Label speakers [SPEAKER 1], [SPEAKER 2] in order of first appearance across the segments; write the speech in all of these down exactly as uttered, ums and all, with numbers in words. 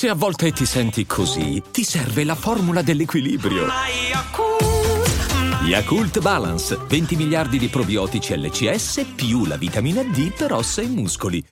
[SPEAKER 1] Se a volte ti senti così, ti serve la formula dell'equilibrio. Yakult Balance, venti miliardi di probiotici L C S più la vitamina D per ossa e muscoli.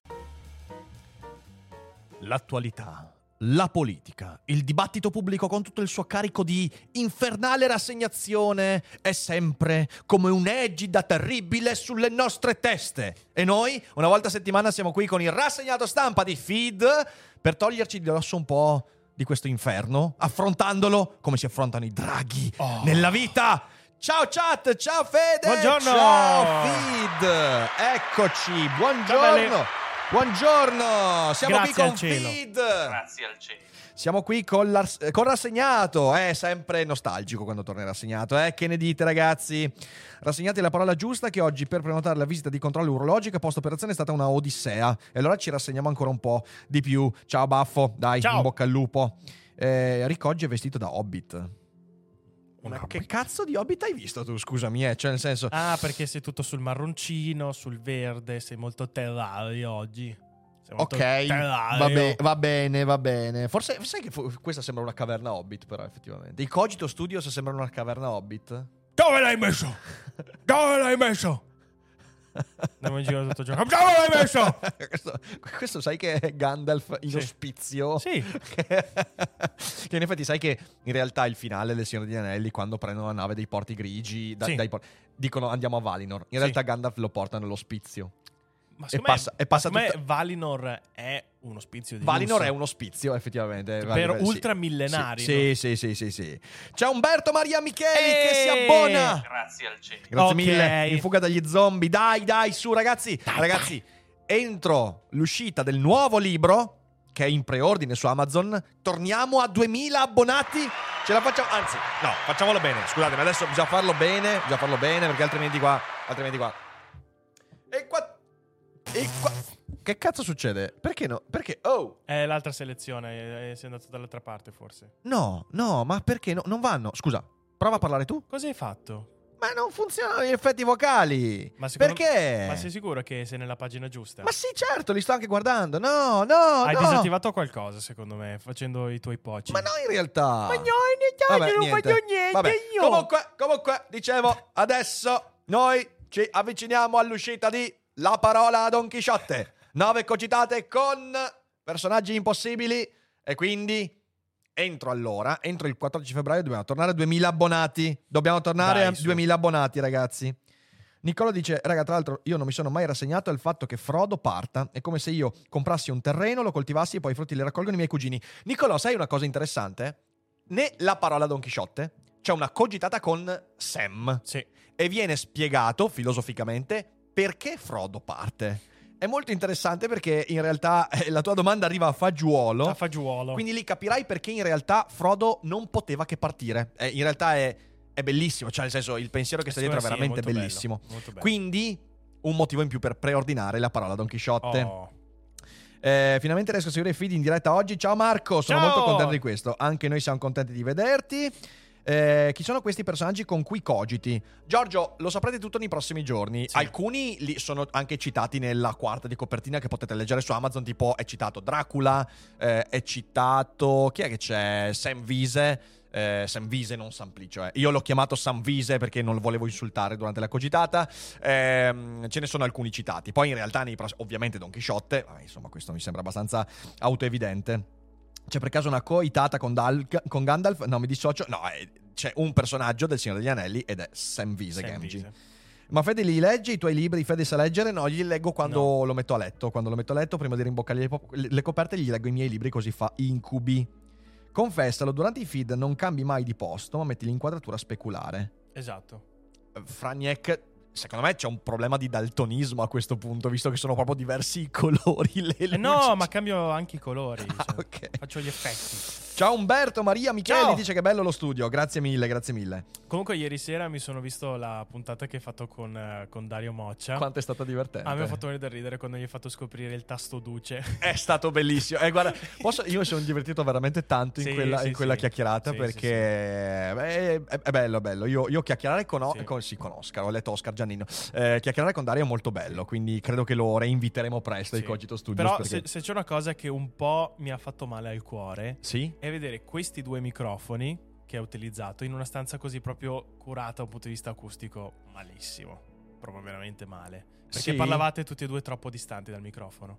[SPEAKER 2] L'attualità, la politica, il dibattito pubblico con tutto il suo carico di infernale rassegnazione è sempre come un'egida terribile sulle nostre teste. E noi, una volta a settimana, siamo qui con il rassegnato stampa di Feed per toglierci di dosso un po' di questo inferno, affrontandolo come si affrontano i draghi oh. nella vita. Ciao chat, ciao Fede,
[SPEAKER 3] buongiorno,
[SPEAKER 2] ciao Feed, eccoci, buongiorno, buongiorno, siamo
[SPEAKER 3] Grazie
[SPEAKER 2] qui con
[SPEAKER 3] al cielo.
[SPEAKER 2] Feed.
[SPEAKER 4] Grazie al cielo.
[SPEAKER 2] Siamo qui con, la, con Rassegnato, è sempre nostalgico quando torna Rassegnato, eh? Che ne dite ragazzi? Rassegnati la parola giusta che oggi per prenotare la visita di controllo urologico post operazione è stata una odissea e allora ci rassegniamo ancora un po' di più. Ciao Baffo, dai,
[SPEAKER 3] Ciao.
[SPEAKER 2] In bocca al lupo. eh, Rick oggi è vestito da Hobbit.
[SPEAKER 3] Un
[SPEAKER 2] Ma
[SPEAKER 3] Hobbit.
[SPEAKER 2] che cazzo di Hobbit hai visto tu, scusami, eh? Cioè nel senso...
[SPEAKER 3] Ah, perché sei tutto sul marroncino, sul verde, sei molto terrario oggi. Sei molto
[SPEAKER 2] Ok,
[SPEAKER 3] terrario.
[SPEAKER 2] va, be- va bene, va bene. Forse sai che fu- questa sembra una caverna Hobbit, però effettivamente. I Cogito Studios sembrano una caverna Hobbit.
[SPEAKER 3] Dove l'hai messo? Dove l'hai messo? Andiamo in giro tutto il giorno. Dove l'hai messo?
[SPEAKER 2] questo, questo sai che è Gandalf in
[SPEAKER 3] Sì.
[SPEAKER 2] ospizio?
[SPEAKER 3] Sì.
[SPEAKER 2] Che in effetti sai che in realtà il finale del Signore degli Anelli, quando prendono la nave dei porti grigi, da-
[SPEAKER 3] Sì.
[SPEAKER 2] dai por- dicono andiamo a Valinor. In
[SPEAKER 3] Sì.
[SPEAKER 2] realtà Gandalf lo porta nell'ospizio.
[SPEAKER 3] Ma
[SPEAKER 2] E
[SPEAKER 3] secondo me-
[SPEAKER 2] passa- e passa
[SPEAKER 3] secondo me
[SPEAKER 2] tutta-
[SPEAKER 3] Valinor è un ospizio di
[SPEAKER 2] Valinor
[SPEAKER 3] lusso.
[SPEAKER 2] è un ospizio, effettivamente.
[SPEAKER 3] Per
[SPEAKER 2] Valinor- sì.
[SPEAKER 3] ultramillenari,
[SPEAKER 2] Sì,
[SPEAKER 3] no?
[SPEAKER 2] sì, sì, sì, sì. C'è Umberto Maria Micheli che si
[SPEAKER 3] Eeeh!
[SPEAKER 2] abbona.
[SPEAKER 4] Grazie al cielo.
[SPEAKER 2] Grazie
[SPEAKER 3] Ok.
[SPEAKER 2] mille. In fuga dagli zombie. Dai, dai, su, ragazzi. ragazzi, entro l'uscita del nuovo libro, che è in preordine su Amazon, torniamo a duemila abbonati. Ce la facciamo. Anzi, no, facciamolo bene. Scusatemi, adesso bisogna farlo bene. Bisogna farlo bene, perché altrimenti qua. Altrimenti qua. E qua. E qua. Che cazzo succede? Perché no? Perché? Oh!
[SPEAKER 3] È l'altra selezione, eh, sei andato dall'altra parte forse.
[SPEAKER 2] No, no, ma perché no? Non vanno? Scusa, prova a parlare tu.
[SPEAKER 3] Cosa hai fatto?
[SPEAKER 2] Ma non funzionano gli effetti vocali.
[SPEAKER 3] Ma secondo-
[SPEAKER 2] Perché?
[SPEAKER 3] Ma sei sicuro che sei nella pagina giusta?
[SPEAKER 2] Ma sì, certo, li sto anche guardando. No, no,
[SPEAKER 3] Hai
[SPEAKER 2] no.
[SPEAKER 3] disattivato qualcosa, secondo me, facendo i tuoi poci.
[SPEAKER 2] Ma no, in realtà.
[SPEAKER 3] Ma no, in realtà
[SPEAKER 2] Vabbè,
[SPEAKER 3] non
[SPEAKER 2] niente.
[SPEAKER 3] faccio niente
[SPEAKER 2] Vabbè.
[SPEAKER 3] io.
[SPEAKER 2] Comunque, comunque, dicevo, adesso noi ci avviciniamo all'uscita di La parola a Don Chisciotte. Nove cogitate con personaggi impossibili e quindi entro allora, entro il quattordici febbraio dobbiamo tornare a duemila abbonati. Dobbiamo tornare
[SPEAKER 3] Dai,
[SPEAKER 2] a
[SPEAKER 3] su.
[SPEAKER 2] duemila abbonati, ragazzi. Nicola dice, raga, tra l'altro io non mi sono mai rassegnato al fatto che Frodo parta. È come se io comprassi un terreno, lo coltivassi e poi i frutti li raccolgono i miei cugini. Nicola, sai una cosa interessante? Né La parola Don Chisciotte c'è una cogitata con Sam.
[SPEAKER 3] Sì.
[SPEAKER 2] E viene spiegato filosoficamente perché Frodo parte. È molto interessante perché in realtà eh, la tua domanda arriva a fagiolo.
[SPEAKER 3] A fagiolo.
[SPEAKER 2] Quindi lì capirai perché in realtà Frodo non poteva che partire. Eh, in realtà è, è bellissimo, cioè nel senso il pensiero che sta dietro è
[SPEAKER 3] Sì, è
[SPEAKER 2] veramente
[SPEAKER 3] molto
[SPEAKER 2] bellissimo.
[SPEAKER 3] bello, molto bello.
[SPEAKER 2] Quindi un motivo in più per preordinare La parola Don Chisciotte.
[SPEAKER 3] Oh.
[SPEAKER 2] Eh, finalmente riesco a seguire i feed in diretta oggi. Ciao Marco, sono
[SPEAKER 3] Ciao!
[SPEAKER 2] molto contento di questo. Anche noi siamo contenti di vederti. Eh, chi sono questi personaggi con cui cogiti? Giorgio, lo saprete tutto nei prossimi giorni.
[SPEAKER 3] Sì.
[SPEAKER 2] Alcuni li sono anche citati nella quarta di copertina che potete leggere su Amazon. Tipo è citato Dracula, eh, è citato... Chi è che c'è? Sam Vise. Eh, Sam Vise, non Samplicio. Eh. Io l'ho chiamato Sam Vise perché non lo volevo insultare durante la cogitata. Eh, ce ne sono alcuni citati. Poi in realtà nei pross- ovviamente Don Chisciotte. Vabbè, insomma, questo mi sembra abbastanza autoevidente. C'è per caso una coitata con, Dal- con Gandalf? No, mi dissocio. No, è- c'è un personaggio del Signore degli Anelli ed è Sam Vise
[SPEAKER 3] Sam
[SPEAKER 2] Gamgee.
[SPEAKER 3] Vise.
[SPEAKER 2] Ma Fede li leggi i tuoi libri? Fede sa leggere? No, li leggo quando
[SPEAKER 3] No.
[SPEAKER 2] lo metto a letto. Quando lo metto a letto, prima di rimboccargli le, po- le coperte, gli leggo i miei libri così fa incubi. Confessalo, durante i feed non cambi mai di posto, ma metti l'inquadratura speculare.
[SPEAKER 3] Esatto.
[SPEAKER 2] Franiec, secondo me c'è un problema di daltonismo a questo punto, visto che sono proprio diversi i colori. Le
[SPEAKER 3] Eh
[SPEAKER 2] luci.
[SPEAKER 3] no, ma cambio anche i colori.
[SPEAKER 2] Ah,
[SPEAKER 3] cioè,
[SPEAKER 2] ok.
[SPEAKER 3] Faccio gli effetti.
[SPEAKER 2] Ciao Umberto, Maria, Michele
[SPEAKER 3] Ciao.
[SPEAKER 2] dice che bello lo studio. Grazie mille, grazie mille.
[SPEAKER 3] Comunque ieri sera mi sono visto la puntata che hai fatto con, eh, con Dario Moccia.
[SPEAKER 2] Quanto è stata divertente.
[SPEAKER 3] A me ha fatto venire da ridere quando gli hai fatto scoprire il tasto duce.
[SPEAKER 2] È stato bellissimo. Eh, guarda, posso, io mi sono divertito veramente tanto in
[SPEAKER 3] Sì,
[SPEAKER 2] quella,
[SPEAKER 3] sì,
[SPEAKER 2] in quella
[SPEAKER 3] sì.
[SPEAKER 2] chiacchierata
[SPEAKER 3] Sì,
[SPEAKER 2] perché
[SPEAKER 3] sì, sì.
[SPEAKER 2] beh, È, è bello, bello. Io, io chiacchierare con, o-
[SPEAKER 3] Sì.
[SPEAKER 2] con, sì, con Oscar, ho letto Oscar Giannino. Eh, chiacchierare con Dario è molto bello, quindi credo che lo reinviteremo presto ai
[SPEAKER 3] Sì.
[SPEAKER 2] Cogito Studios.
[SPEAKER 3] Però
[SPEAKER 2] perché...
[SPEAKER 3] se, se c'è una cosa che un po' mi ha fatto male al cuore
[SPEAKER 2] Sì?
[SPEAKER 3] è vedere questi due microfoni che ha utilizzato in una stanza così proprio curata da un punto di vista acustico malissimo, proprio veramente male, perché
[SPEAKER 2] Sì?
[SPEAKER 3] parlavate tutti e due troppo distanti dal microfono.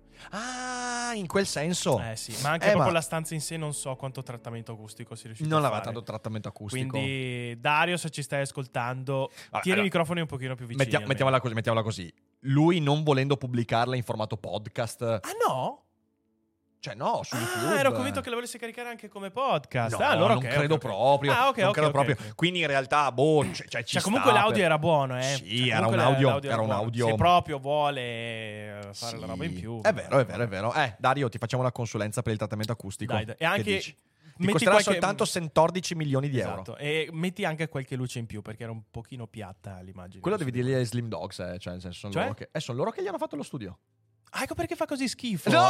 [SPEAKER 2] Ah, in quel senso.
[SPEAKER 3] Eh sì, ma anche
[SPEAKER 2] Eh,
[SPEAKER 3] proprio
[SPEAKER 2] ma-
[SPEAKER 3] la stanza in sé non so quanto trattamento acustico si riuscito
[SPEAKER 2] Non
[SPEAKER 3] a
[SPEAKER 2] aveva
[SPEAKER 3] fare.
[SPEAKER 2] tanto trattamento acustico.
[SPEAKER 3] Quindi Dario, se ci stai ascoltando,
[SPEAKER 2] Ah,
[SPEAKER 3] tieni
[SPEAKER 2] allora,
[SPEAKER 3] i microfoni un pochino più vicini.
[SPEAKER 2] Mettia-
[SPEAKER 3] almeno.
[SPEAKER 2] mettiamola così, mettiamola così. Lui non volendo pubblicarla in formato podcast,
[SPEAKER 3] Ah no?
[SPEAKER 2] cioè no, su YouTube.
[SPEAKER 3] Ah, ero convinto che lo volesse caricare anche come podcast.
[SPEAKER 2] No,
[SPEAKER 3] ah, allora
[SPEAKER 2] non
[SPEAKER 3] ok,
[SPEAKER 2] credo
[SPEAKER 3] ok, ok.
[SPEAKER 2] proprio.
[SPEAKER 3] Ah, ok,
[SPEAKER 2] non
[SPEAKER 3] ok,
[SPEAKER 2] credo
[SPEAKER 3] ok,
[SPEAKER 2] proprio.
[SPEAKER 3] ok.
[SPEAKER 2] Quindi in realtà, boh, cioè, cioè, ci
[SPEAKER 3] Cioè, comunque
[SPEAKER 2] sta
[SPEAKER 3] l'audio
[SPEAKER 2] per-
[SPEAKER 3] era buono, eh.
[SPEAKER 2] Sì,
[SPEAKER 3] Cioè,
[SPEAKER 2] era un
[SPEAKER 3] comunque
[SPEAKER 2] audio,
[SPEAKER 3] l'audio
[SPEAKER 2] era un
[SPEAKER 3] buono.
[SPEAKER 2] audio.
[SPEAKER 3] Se proprio vuole eh, fare la
[SPEAKER 2] Sì.
[SPEAKER 3] roba in più.
[SPEAKER 2] È vero, è vero, è vero. Eh, Dario, ti facciamo la consulenza per il trattamento acustico.
[SPEAKER 3] Dai, dai. E
[SPEAKER 2] Che
[SPEAKER 3] anche
[SPEAKER 2] dici? Ti
[SPEAKER 3] metti
[SPEAKER 2] costerà
[SPEAKER 3] qualche-
[SPEAKER 2] soltanto centodieci milioni di euro.
[SPEAKER 3] Esatto. E metti anche qualche luce in più perché era un pochino piatta l'immagine.
[SPEAKER 2] Quello devi dirgli ai Slim Dogs, eh, cioè, nel senso, sono,
[SPEAKER 3] Cioè?
[SPEAKER 2] loro che, eh, sono loro che gli hanno fatto lo studio.
[SPEAKER 3] Ah, ecco perché fa così schifo.
[SPEAKER 2] No!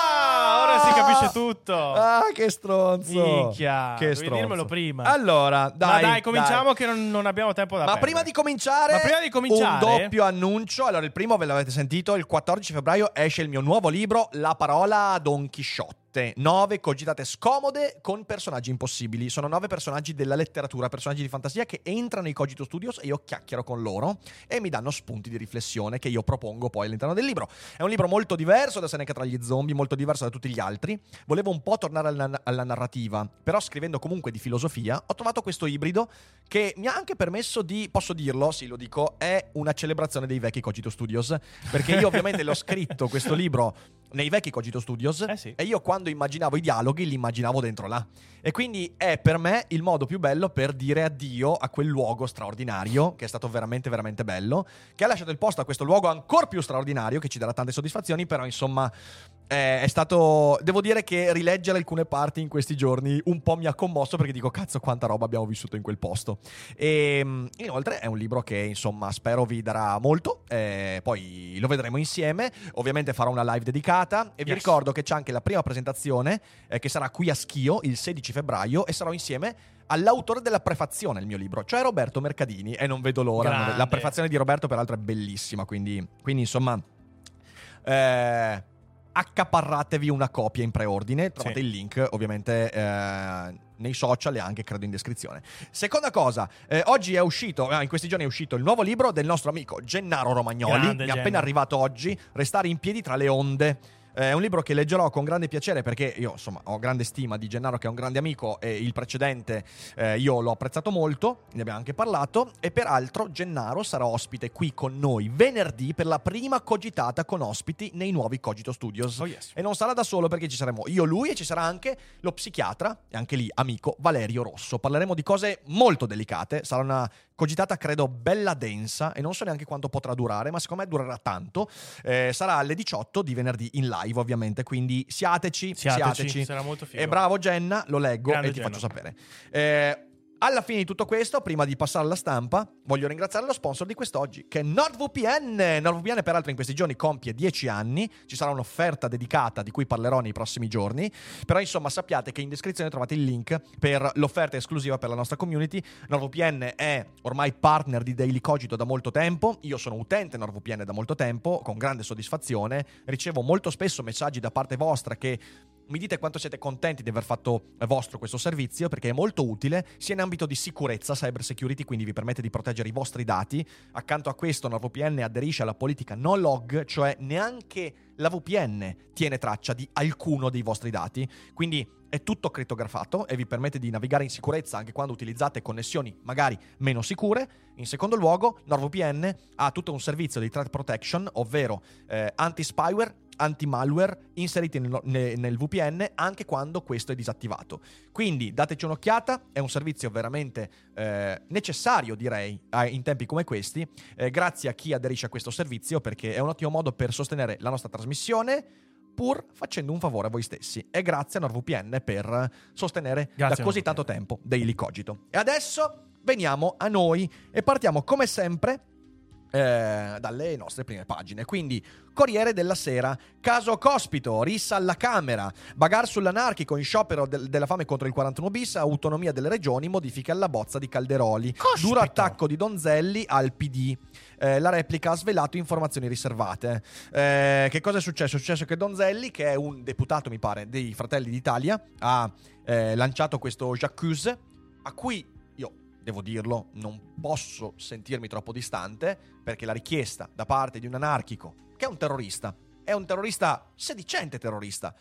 [SPEAKER 3] Ah, ora si capisce tutto.
[SPEAKER 2] Ah, che stronzo.
[SPEAKER 3] Minchia,
[SPEAKER 2] Che
[SPEAKER 3] dovevi
[SPEAKER 2] stronzo.
[SPEAKER 3] dirmelo prima.
[SPEAKER 2] Allora, dai.
[SPEAKER 3] Ma dai, cominciamo che non, non abbiamo tempo da
[SPEAKER 2] Ma
[SPEAKER 3] perdere.
[SPEAKER 2] prima di cominciare,
[SPEAKER 3] Ma prima di cominciare-
[SPEAKER 2] un doppio annuncio. Allora, il primo ve l'avete sentito, il quattordici febbraio esce il mio nuovo libro, La parola a Don Chisciotte. Nove cogitate scomode con personaggi impossibili. Sono nove personaggi della letteratura, personaggi di fantasia che entrano nei Cogito Studios e io chiacchiero con loro e mi danno spunti di riflessione che io propongo poi all'interno del libro. È un libro molto diverso da Seneca tra gli zombie, molto diverso da tutti gli altri. Volevo un po' tornare alla, alla narrativa, però scrivendo comunque di filosofia ho trovato questo ibrido che mi ha anche permesso di, posso dirlo, sì lo dico, è una celebrazione dei vecchi Cogito Studios, perché io ovviamente l'ho scritto questo libro nei vecchi Cogito Studios
[SPEAKER 3] Eh sì.
[SPEAKER 2] e io quando immaginavo i dialoghi li immaginavo dentro là, e quindi è per me il modo più bello per dire addio a quel luogo straordinario che è stato veramente veramente bello, che ha lasciato il posto a questo luogo ancora più straordinario che ci darà tante soddisfazioni. Però insomma eh, è stato, devo dire che rileggere alcune parti in questi giorni un po' mi ha commosso, perché dico cazzo quanta roba abbiamo vissuto in quel posto. E mh, inoltre è un libro che insomma spero vi darà molto, eh, poi lo vedremo insieme, ovviamente farò una live dedicata e vi
[SPEAKER 3] Yes.
[SPEAKER 2] ricordo che c'è anche la prima presentazione eh, che sarà qui a Schio il sedici febbraio e sarò insieme all'autore della prefazione al mio libro, cioè Roberto Mercadini, e non vedo l'ora.
[SPEAKER 3] Grande.
[SPEAKER 2] La prefazione di Roberto peraltro è bellissima, quindi, quindi insomma eh, accaparratevi una copia in preordine, trovate
[SPEAKER 3] Sì.
[SPEAKER 2] il link ovviamente eh, nei social e anche credo in descrizione. Seconda cosa, eh, oggi è uscito, eh, in questi giorni è uscito il nuovo libro del nostro amico Gennaro Romagnoli.
[SPEAKER 3] Grande
[SPEAKER 2] Mi è
[SPEAKER 3] Genna.
[SPEAKER 2] appena arrivato oggi, Restare in piedi tra le onde. È un libro che leggerò con grande piacere, perché io insomma ho grande stima di Gennaro, che è un grande amico, e il precedente eh, io l'ho apprezzato molto, ne abbiamo anche parlato. E peraltro Gennaro sarà ospite qui con noi venerdì per la prima cogitata con ospiti nei nuovi Cogito Studios.
[SPEAKER 3] Oh, yes.
[SPEAKER 2] E non sarà da solo, perché ci saremo io, lui, e ci sarà anche lo psichiatra e anche lì amico Valerio Rosso. Parleremo di cose molto delicate, sarà una cogitata credo bella densa e non so neanche quanto potrà durare, ma secondo me durerà tanto. Eh, sarà alle diciotto di venerdì in live ovviamente, quindi siateci,
[SPEAKER 3] Siateci,
[SPEAKER 2] siateci.
[SPEAKER 3] sarà molto figo.
[SPEAKER 2] E bravo Genna, lo leggo
[SPEAKER 3] Grande
[SPEAKER 2] e ti
[SPEAKER 3] Genna.
[SPEAKER 2] faccio sapere. Eh, alla fine di tutto questo, prima di passare alla stampa, voglio ringraziare lo sponsor di quest'oggi, che è NordVPN. NordVPN peraltro in questi giorni compie dieci anni, ci sarà un'offerta dedicata di cui parlerò nei prossimi giorni, però insomma sappiate che in descrizione trovate il link per l'offerta esclusiva per la nostra community. NordVPN è ormai partner di Daily Cogito da molto tempo, io sono utente NordVPN da molto tempo, con grande soddisfazione, ricevo molto spesso messaggi da parte vostra che mi dite quanto siete contenti di aver fatto vostro questo servizio, perché è molto utile sia in ambito di sicurezza, cyber security, quindi vi permette di proteggere i vostri dati. Accanto a questo NordVPN aderisce alla politica no log, cioè neanche la V P N tiene traccia di alcuno dei vostri dati, quindi è tutto crittografato e vi permette di navigare in sicurezza anche quando utilizzate connessioni magari meno sicure. In secondo luogo, NordVPN ha tutto un servizio di threat protection, ovvero eh, anti-spyware, anti-malware inseriti nel, nel, nel V P N anche quando questo è disattivato. Quindi dateci un'occhiata, è un servizio veramente eh, necessario, direi, eh, in tempi come questi, eh, grazie a chi aderisce a questo servizio, perché è un ottimo modo per sostenere la nostra trasmissione, pur facendo un favore a voi stessi. E grazie a NordVPN per sostenere
[SPEAKER 3] Grazie
[SPEAKER 2] da così
[SPEAKER 3] a
[SPEAKER 2] tanto tempo Daily Cogito. E adesso veniamo a noi e partiamo come sempre Eh, dalle nostre prime pagine. Quindi Corriere della Sera: caso Cospito, rissa alla Camera, bagar sull'anarchico in sciopero del, della fame contro il quarantuno bis, autonomia delle regioni, modifiche alla bozza di Calderoli,
[SPEAKER 3] Cospito.
[SPEAKER 2] duro attacco di Donzelli al P D, eh, la replica ha svelato informazioni riservate. Eh, che cosa è successo? È successo che Donzelli, che è un deputato mi pare dei Fratelli d'Italia, ha eh, lanciato questo j'accuse a cui devo dirlo, non posso sentirmi troppo distante, perché la richiesta da parte di un anarchico, che è un terrorista, è un terrorista sedicente terrorista,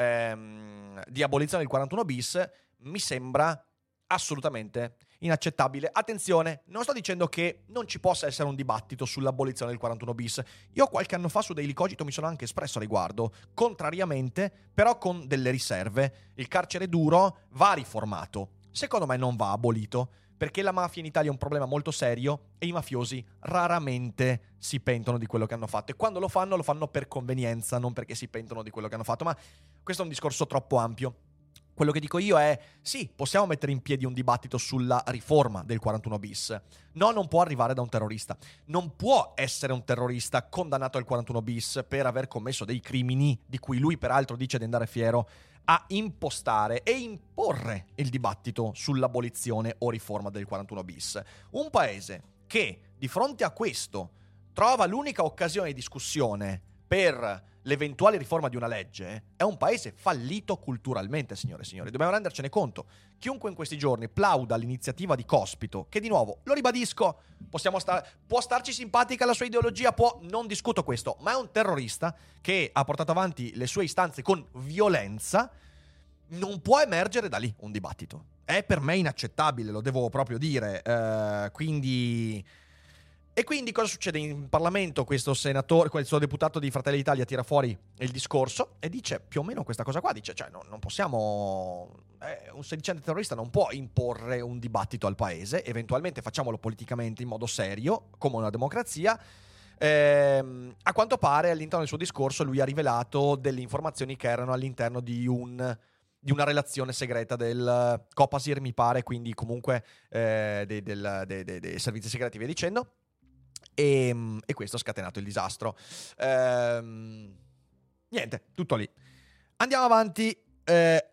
[SPEAKER 2] ehm, di abolizione del quarantuno bis, mi sembra assolutamente inaccettabile. Attenzione, non sto dicendo che non ci possa essere un dibattito sull'abolizione del quarantuno bis. Io qualche anno fa su Daily Cogito mi sono anche espresso a riguardo, contrariamente, però con delle riserve. Il carcere duro va riformato, secondo me non va abolito, perché la mafia in Italia è un problema molto serio e i mafiosi raramente si pentono di quello che hanno fatto. E quando lo fanno, lo fanno per convenienza, non perché si pentono di quello che hanno fatto. Ma questo è un discorso troppo ampio. Quello che dico io è, sì, possiamo mettere in piedi un dibattito sulla riforma del quarantuno bis. No, non può arrivare da un terrorista. Non può essere un terrorista condannato al quarantuno bis per aver commesso dei crimini, di cui lui peraltro dice di andare fiero, a impostare e imporre il dibattito sull'abolizione o riforma del quarantuno bis. Un paese che di fronte a questo trova l'unica occasione di discussione per l'eventuale riforma di una legge è un paese fallito culturalmente, signore e signori. Dobbiamo rendercene conto. Chiunque in questi giorni plauda l'iniziativa di Cospito, che di nuovo, lo ribadisco, possiamo star- può starci simpatica la sua ideologia, può, non discuto questo, ma è un terrorista che ha portato avanti le sue istanze con violenza. Non può emergere da lì un dibattito. È per me inaccettabile, lo devo proprio dire. Uh, quindi... E quindi cosa succede in Parlamento? Questo senatore, questo deputato di Fratelli d'Italia tira fuori il discorso e dice più o meno questa cosa qua. Dice, cioè, no, non possiamo... Eh, un sedicente terrorista non può imporre un dibattito al paese. Eventualmente facciamolo politicamente in modo serio, come una democrazia. Eh, a quanto pare all'interno del suo discorso lui ha rivelato delle informazioni che erano all'interno di un... di una relazione segreta del Copasir, mi pare, quindi comunque eh, dei, del, dei, dei, dei servizi segreti, via dicendo. E, e questo ha scatenato il disastro. Ehm, niente, tutto lì. Andiamo avanti. Eh,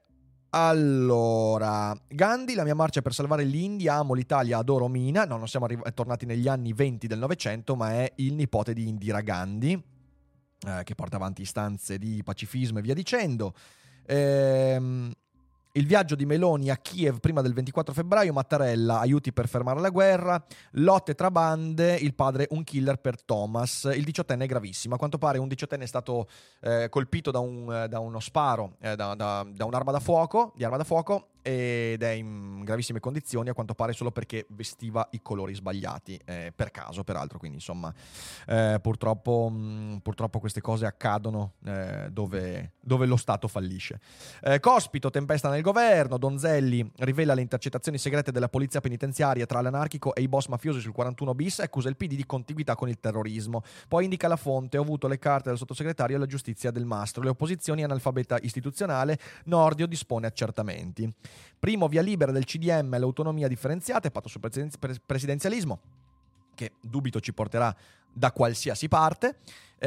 [SPEAKER 2] allora, Gandhi, la mia marcia per salvare l'India, amo l'Italia, adoro Mina. No, non siamo arri- tornati negli anni venti del Novecento, ma è il nipote di Indira Gandhi, eh, che porta avanti istanze di pacifismo e via dicendo. Ehm, il viaggio di Meloni a Kiev prima del ventiquattro febbraio, Mattarella, aiuti per fermare la guerra, lotte tra bande, il padre un killer per Thomas, il diciottenne è gravissimo, a quanto pare un diciottenne è stato eh, colpito da, un, da uno sparo, eh, da, da, da un'arma da fuoco, di arma da fuoco, ed è in gravissime condizioni, a quanto pare solo perché vestiva i colori sbagliati, eh, per caso peraltro, quindi insomma eh, purtroppo, mh, purtroppo queste cose accadono eh, dove, dove lo Stato fallisce. Eh, Cospito, tempesta nel governo, Donzelli rivela le intercettazioni segrete della polizia penitenziaria tra l'anarchico e i boss mafiosi sul quarantuno bis e accusa il P D di contiguità con il terrorismo. Poi indica la fonte, ho avuto le carte del sottosegretario alla giustizia del Mastro, le opposizioni analfabeta istituzionale, Nordio dispone accertamenti. Primo via libera del C D M all'autonomia differenziata e patto sul presidenzialismo, che dubito ci porterà da qualsiasi parte.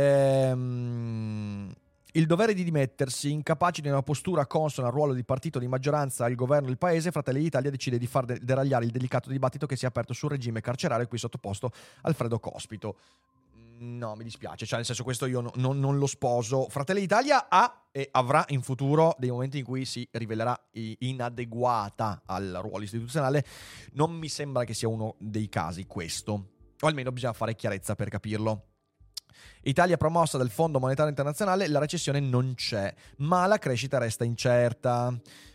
[SPEAKER 2] Ehm... Il dovere di dimettersi, incapaci di una postura consona al ruolo di partito di maggioranza al governo del paese, Fratelli d'Italia decide di far deragliare il delicato dibattito che si è aperto sul regime carcerario qui sottoposto Alfredo Cospito. No, mi dispiace, cioè nel senso questo io no, non, non lo sposo. Fratelli d'Italia ha e avrà in futuro dei momenti in cui si rivelerà inadeguata al ruolo istituzionale. Non mi sembra che sia uno dei casi questo, o almeno bisogna fare chiarezza per capirlo. Italia promossa dal Fondo Monetario Internazionale, la recessione non c'è, ma la crescita resta incerta.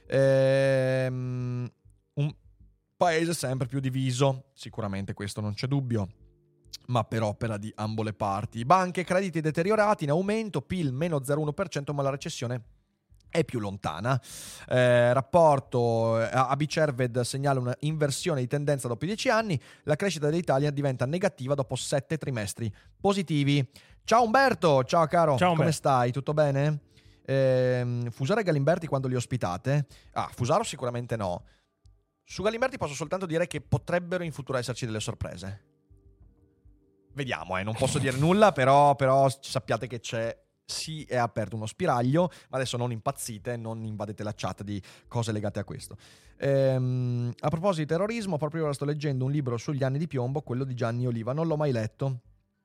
[SPEAKER 2] Ehm, un paese sempre più diviso, sicuramente questo non c'è dubbio, ma per opera di ambo le parti. Banche e crediti deteriorati in aumento, P I L meno zero virgola uno per cento, ma la recessione è più lontana. Eh, rapporto A B Cerved segnala una inversione di tendenza dopo dieci anni, la crescita dell'Italia diventa negativa dopo sette trimestri positivi. Ciao Umberto, ciao caro,
[SPEAKER 3] Ciao,
[SPEAKER 2] come
[SPEAKER 3] Umberto.
[SPEAKER 2] stai? Tutto bene? Ehm, Fusaro e Galimberti quando li ospitate? Ah, Fusaro sicuramente no. Su Galimberti posso soltanto dire che potrebbero in futuro esserci delle sorprese. Vediamo, eh, non posso dire nulla, però, però sappiate che c'è, sì, è aperto uno spiraglio, ma adesso non impazzite, non invadete la chat di cose legate a questo. Ehm, a proposito di terrorismo, proprio ora sto leggendo un libro sugli anni di piombo, quello di Gianni Oliva, non l'ho mai letto.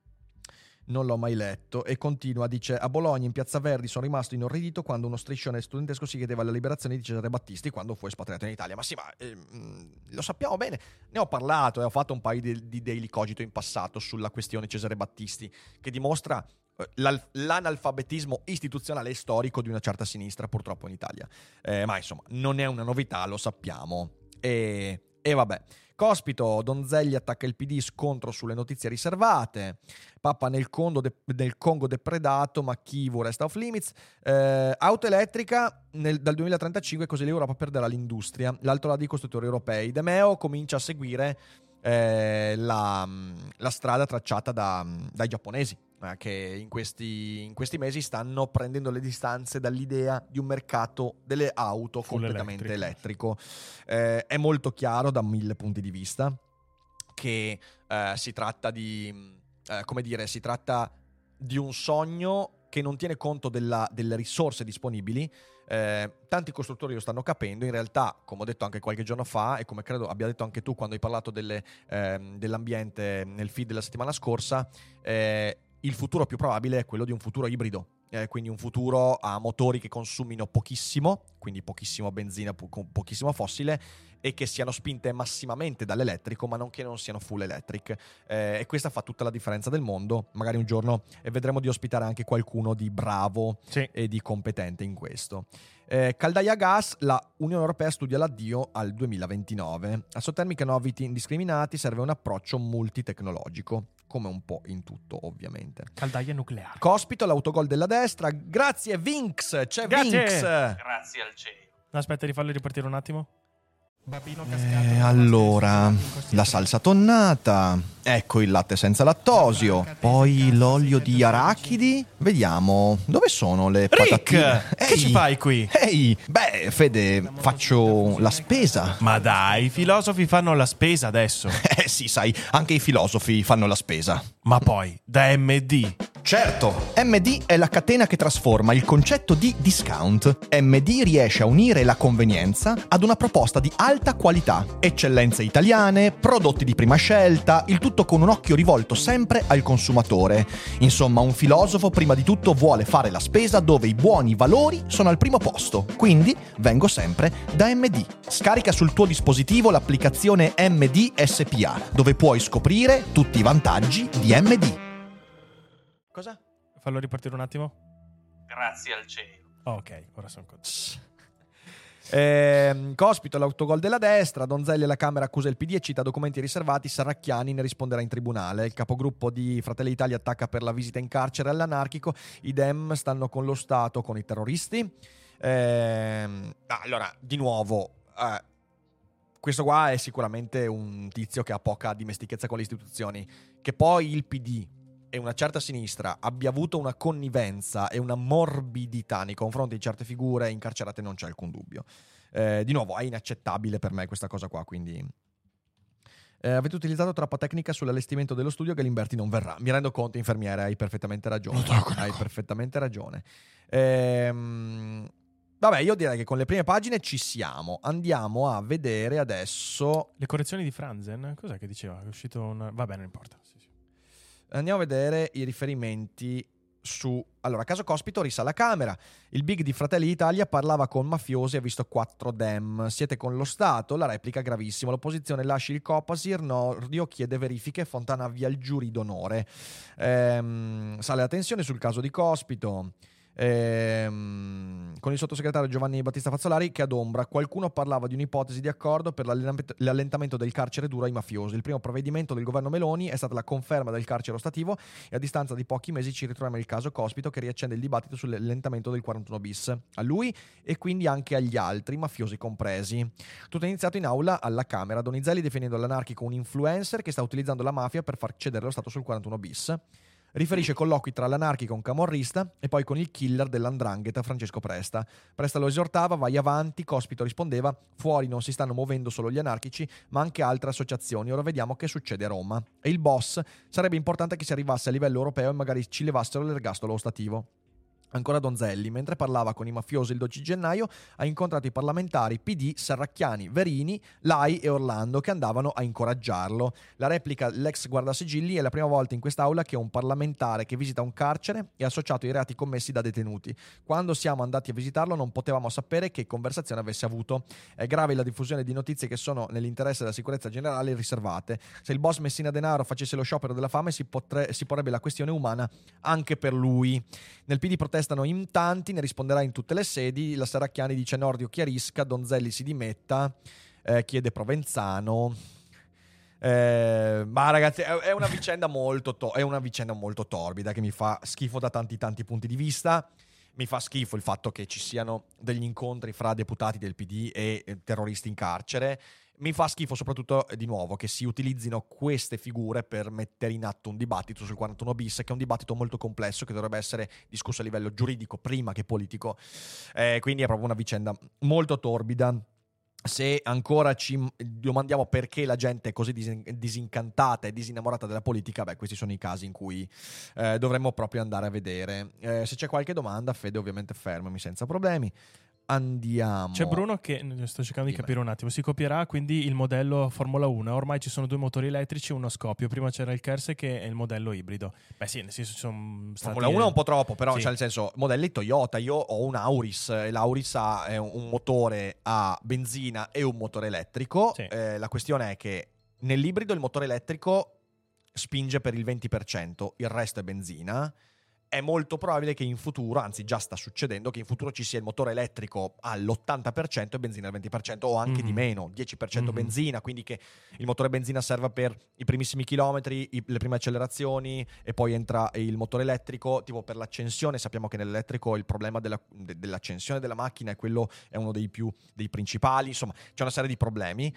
[SPEAKER 2] Non l'ho mai letto e continua, dice: a Bologna in Piazza Verdi sono rimasto inorridito quando uno striscione studentesco si chiedeva la liberazione di Cesare Battisti quando fu espatriato in Italia. Ma sì, ma ehm, lo sappiamo bene, ne ho parlato e ho fatto un paio di, di Daily Cogito in passato sulla questione Cesare Battisti, che dimostra eh, l'al- l'analfabetismo istituzionale e storico di una certa sinistra purtroppo in Italia. Eh, ma insomma, non è una novità, lo sappiamo. E, e vabbè. Cospito, Donzelli attacca il P D, scontro sulle notizie riservate. Papa nel Congo, de- nel Congo depredato, ma Kivu resta off limits. Eh, auto elettrica nel- dal duemilatrentacinque, così l'Europa perderà l'industria. L'altro lato di costruttori europei. De Meo comincia a seguire eh, la, la strada tracciata da, dai giapponesi, eh, che in questi, in questi mesi stanno prendendo le distanze dall'idea di un mercato delle auto
[SPEAKER 3] Full
[SPEAKER 2] completamente
[SPEAKER 3] elettrico.
[SPEAKER 2] elettrico. Eh, è molto chiaro da mille punti di vista che eh, si tratta di, eh, come dire, si tratta di un sogno che non tiene conto della, delle risorse disponibili. Eh, tanti costruttori lo stanno capendo. In realtà, come ho detto anche qualche giorno fa e come credo abbia detto anche tu quando hai parlato delle, ehm, dell'ambiente nel feed della settimana scorsa, eh, il futuro più probabile è quello di un futuro ibrido. Eh, quindi un futuro a motori che consumino pochissimo, quindi pochissimo benzina, po- con pochissimo fossile, e che siano spinte massimamente dall'elettrico, ma non che non siano full electric. Eh, e questa fa tutta la differenza del mondo. Magari un giorno eh, vedremo di ospitare anche qualcuno di bravo
[SPEAKER 3] Sì.
[SPEAKER 2] e di competente in questo. Eh, caldaia a gas, la Unione Europea studia l'addio al duemilaventinove. A sottermiche no viti indiscriminati serve un approccio multitecnologico, come un po' in tutto ovviamente.
[SPEAKER 3] Caldaia nucleare.
[SPEAKER 2] Cospito, l'autogol della destra. Grazie Vinx, c'è
[SPEAKER 3] Grazie.
[SPEAKER 2] Vinx.
[SPEAKER 4] Grazie al cielo.
[SPEAKER 3] No, aspetta di farlo ripartire un attimo. Babino
[SPEAKER 2] Eh, allora, la salsa tonnata, ecco il latte senza lattosio, poi l'olio di arachidi. Vediamo, dove sono le
[SPEAKER 3] Rick,
[SPEAKER 2] patatine?
[SPEAKER 3] che ci fai qui?
[SPEAKER 2] Ehi, beh, Fede, faccio la spesa.
[SPEAKER 3] Ma dai, i filosofi fanno la spesa adesso.
[SPEAKER 2] Eh sì, sai, anche i filosofi fanno la spesa.
[SPEAKER 3] Ma poi, da M D.
[SPEAKER 2] Certo, M D è la catena che trasforma il concetto di discount. M D riesce a unire la convenienza ad una proposta di alta qualità, eccellenze italiane, prodotti di prima scelta, il tutto con un occhio rivolto sempre al consumatore. Insomma, un filosofo prima di tutto vuole fare la spesa dove i buoni valori sono al primo posto. Quindi vengo sempre da M D. Scarica sul tuo dispositivo l'applicazione M D S P A, dove puoi scoprire tutti i vantaggi di M D. Cosa?
[SPEAKER 3] Fallo ripartire un attimo.
[SPEAKER 4] Grazie al cielo.
[SPEAKER 3] Oh, ok, ora sono contento.
[SPEAKER 2] Eh, Cospito, l'autogol della destra. Donzelli alla Camera accusa il P D e cita documenti riservati. Sarracchiani ne risponderà in tribunale. Il capogruppo di Fratelli d'Italia attacca per la visita in carcere all'anarchico. I Dem stanno con lo Stato, con i terroristi. Eh, allora, di nuovo, eh, questo qua è sicuramente un tizio che ha poca dimestichezza con le istituzioni. Che poi il P D e una certa sinistra abbia avuto una connivenza e una morbidità nei confronti di certe figure incarcerate non c'è alcun dubbio. Eh, di nuovo, è inaccettabile per me questa cosa qua, quindi... Eh, avete utilizzato troppa tecnica sull'allestimento dello studio, Galimberti non verrà. Mi rendo conto, infermiere, hai perfettamente ragione. Hai perfettamente ragione. Ehm... Vabbè, io direi che con le prime pagine ci siamo. Andiamo a vedere adesso...
[SPEAKER 3] Le correzioni di Franzen? Cos'è che diceva? È uscito un... Vabbè, non importa. Sì, sì.
[SPEAKER 2] Andiamo a vedere i riferimenti su... Allora, caso Cospito risale alla Camera. Il big di Fratelli d'Italia parlava con mafiosi e ha visto quattro dem. Siete con lo Stato? La replica gravissima. L'opposizione lasci il Copasir. Nordio chiede verifiche. Fontana avvia il giuri d'onore. Ehm, sale la tensione sul caso di Cospito. Ehm, con il sottosegretario Giovanni Battista Fazzolari che adombra. Qualcuno parlava di un'ipotesi di accordo per l'allentamento del carcere duro ai mafiosi. Il primo provvedimento del governo Meloni è stata la conferma del carcere ostativo e a distanza di pochi mesi ci ritroviamo il caso Cospito che riaccende il dibattito sull'allentamento del quarantuno bis a lui e quindi anche agli altri mafiosi compresi. Tutto è iniziato in aula alla Camera. Donizelli definendo l'anarchico un influencer che sta utilizzando la mafia per far cedere lo Stato sul quarantuno bis. Riferisce colloqui tra l'anarchico, un camorrista, e poi con il killer dell'andrangheta Francesco Presta. Presta lo esortava, vai avanti, Cospito rispondeva, fuori non si stanno muovendo solo gli anarchici, ma anche altre associazioni, ora vediamo che succede a Roma. E il boss, sarebbe importante che si arrivasse a livello europeo e magari ci levassero l'ergastolo ostativo. Ancora Donzelli, mentre parlava con i mafiosi il dodici gennaio, ha incontrato i parlamentari P D, Serracchiani, Verini, Lai e Orlando che andavano a incoraggiarlo. La replica l'ex guardasigilli è la prima volta in quest'aula che un parlamentare che visita un carcere è associato ai reati commessi da detenuti. Quando siamo andati a visitarlo non potevamo sapere che conversazione avesse avuto. È grave la diffusione di notizie che sono nell'interesse della sicurezza generale riservate. Se il boss Messina Denaro facesse lo sciopero della fame si, potre- si porrebbe la questione umana anche per lui. Nel P D protestano in tanti, ne risponderà in tutte le sedi. La Serracchiani dice Nordio chiarisca, Donzelli si dimetta, eh, chiede Provenzano. Eh, ma ragazzi è, è una vicenda molto to- è una vicenda molto torbida che mi fa schifo da tanti tanti punti di vista. Mi fa schifo il fatto che ci siano degli incontri fra deputati del P D e eh, terroristi in carcere. Mi fa schifo soprattutto, eh, di nuovo, che si utilizzino queste figure per mettere in atto un dibattito sul quarantuno bis, che è un dibattito molto complesso, che dovrebbe essere discusso a livello giuridico prima che politico. Eh, quindi è proprio una vicenda molto torbida. Se ancora ci domandiamo perché la gente è così disincantata e disinnamorata della politica, beh, questi sono i casi in cui eh, dovremmo proprio andare a vedere. Eh, se c'è qualche domanda, Fede, ovviamente fermami senza problemi. Andiamo.
[SPEAKER 3] C'è Bruno che, sto cercando di
[SPEAKER 2] Dimmi.
[SPEAKER 3] capire un attimo, si copierà quindi il modello Formula uno. Ormai ci sono due motori elettrici e uno a scoppio. Prima c'era il Kerse che è il modello ibrido. Beh sì, nel senso sono stati...
[SPEAKER 2] Formula uno è un po' troppo, però
[SPEAKER 3] Sì.
[SPEAKER 2] cioè nel senso, modelli Toyota. Io ho un Auris e l'Auris ha eh, un motore a benzina e un motore elettrico.
[SPEAKER 3] Sì.
[SPEAKER 2] Eh, la questione è che nell'ibrido il motore elettrico spinge per il venti per cento, il resto è benzina. È molto probabile che in futuro, anzi già sta succedendo, che in futuro ci sia il motore elettrico all'ottanta per cento e benzina al venti per cento o anche
[SPEAKER 3] Mm-hmm.
[SPEAKER 2] di meno, dieci per cento
[SPEAKER 3] Mm-hmm.
[SPEAKER 2] benzina, quindi che il motore benzina serva per i primissimi chilometri, i, le prime accelerazioni e poi entra il motore elettrico, tipo per l'accensione. Sappiamo che nell'elettrico il problema della, de, dell'accensione della macchina è quello, è uno dei più dei principali, insomma c'è una serie di problemi.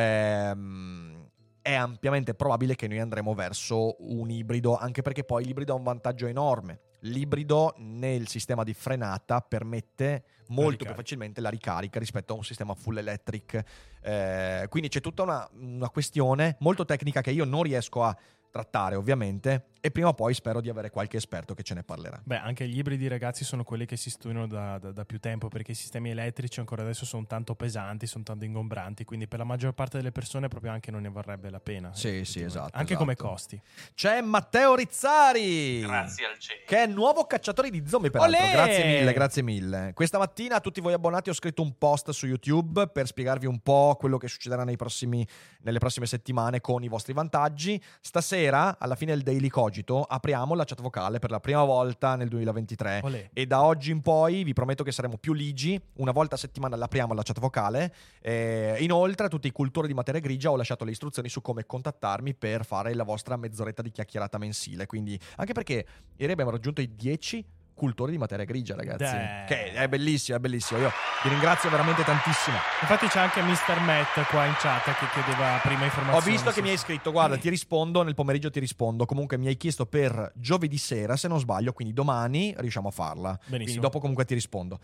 [SPEAKER 2] Ehm... È ampiamente probabile che noi andremo verso un ibrido, anche perché poi l'ibrido ha un vantaggio enorme. L'ibrido nel sistema di frenata permette molto più facilmente la ricarica rispetto a un sistema full electric. Eh, quindi c'è tutta una, una questione molto tecnica che io non riesco a trattare, ovviamente, e prima o poi spero di avere qualche esperto che ce ne parlerà.
[SPEAKER 3] Beh, anche gli ibridi, ragazzi, sono quelli che si studiano da, da, da più tempo, perché i sistemi elettrici ancora adesso sono tanto pesanti, sono tanto ingombranti, quindi per la maggior parte delle persone proprio anche non ne varrebbe la pena.
[SPEAKER 2] Sì, sì, esatto.
[SPEAKER 3] Anche
[SPEAKER 2] esatto.
[SPEAKER 3] come costi.
[SPEAKER 2] C'è Matteo Rizzari,
[SPEAKER 4] Grazie al cielo.
[SPEAKER 2] che è nuovo cacciatore di zombie, peraltro.
[SPEAKER 3] Olè!
[SPEAKER 2] Grazie mille, grazie mille. Questa mattina a tutti voi abbonati ho scritto un post su YouTube per spiegarvi un po' quello che succederà nei prossimi, nelle prossime settimane con i vostri vantaggi. Stasera, alla fine del Daily Cogito, apriamo la chat vocale per la prima volta nel duemilaventitré.
[SPEAKER 3] Olè.
[SPEAKER 2] E da oggi in poi vi prometto che saremo più ligi. Una volta a settimana l'apriamo la chat vocale. Eh, inoltre a tutti i cultori di materia grigia ho lasciato le istruzioni su come contattarmi per fare la vostra mezz'oretta di chiacchierata mensile. Quindi, anche perché ieri abbiamo raggiunto i dieci cultori di materia grigia, ragazzi.
[SPEAKER 3] Dai.
[SPEAKER 2] Che è bellissimo, è bellissimo. Io vi ringrazio veramente tantissimo.
[SPEAKER 3] Infatti c'è anche mister Matt qua in chat che chiedeva prima
[SPEAKER 2] Ho
[SPEAKER 3] informazioni.
[SPEAKER 2] visto che
[SPEAKER 3] sì,
[SPEAKER 2] mi hai
[SPEAKER 3] sì.
[SPEAKER 2] scritto, guarda, ti rispondo, nel pomeriggio ti rispondo. Comunque mi hai chiesto per giovedì sera, se non sbaglio, quindi domani riusciamo a farla.
[SPEAKER 3] Benissimo.
[SPEAKER 2] Quindi dopo comunque ti rispondo.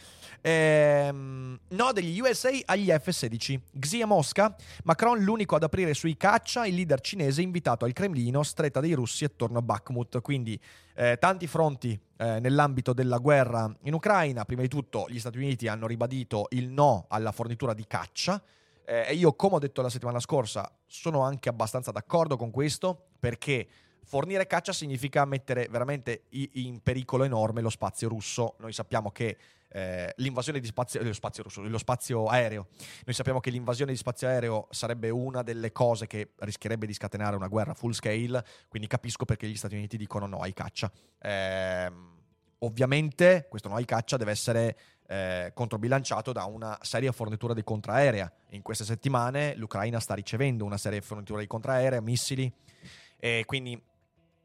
[SPEAKER 2] Ehm, no, degli U S A agli F sedici. Xi a Mosca, Macron l'unico ad aprire sui caccia, il leader cinese invitato al Cremlino, stretta dei russi attorno a Bakhmut. Quindi eh, tanti fronti eh, nell'ambito della guerra in Ucraina. Prima di tutto gli Stati Uniti hanno ribadito il no alla fornitura di caccia. Eh, e io, come ho detto la settimana scorsa, sono anche abbastanza d'accordo con questo, perché fornire caccia significa mettere veramente in pericolo enorme lo spazio russo. Noi sappiamo che eh, l'invasione di spazio, lo spazio russo, lo spazio aereo, noi sappiamo che l'invasione di spazio aereo sarebbe una delle cose che rischierebbe di scatenare una guerra full scale, quindi capisco perché gli Stati Uniti dicono no ai caccia. Eh, ovviamente questo no ai caccia deve essere Eh, controbilanciato da una seria fornitura di contraerea. In queste settimane l'Ucraina sta ricevendo una seria fornitura di contraerea, missili, e quindi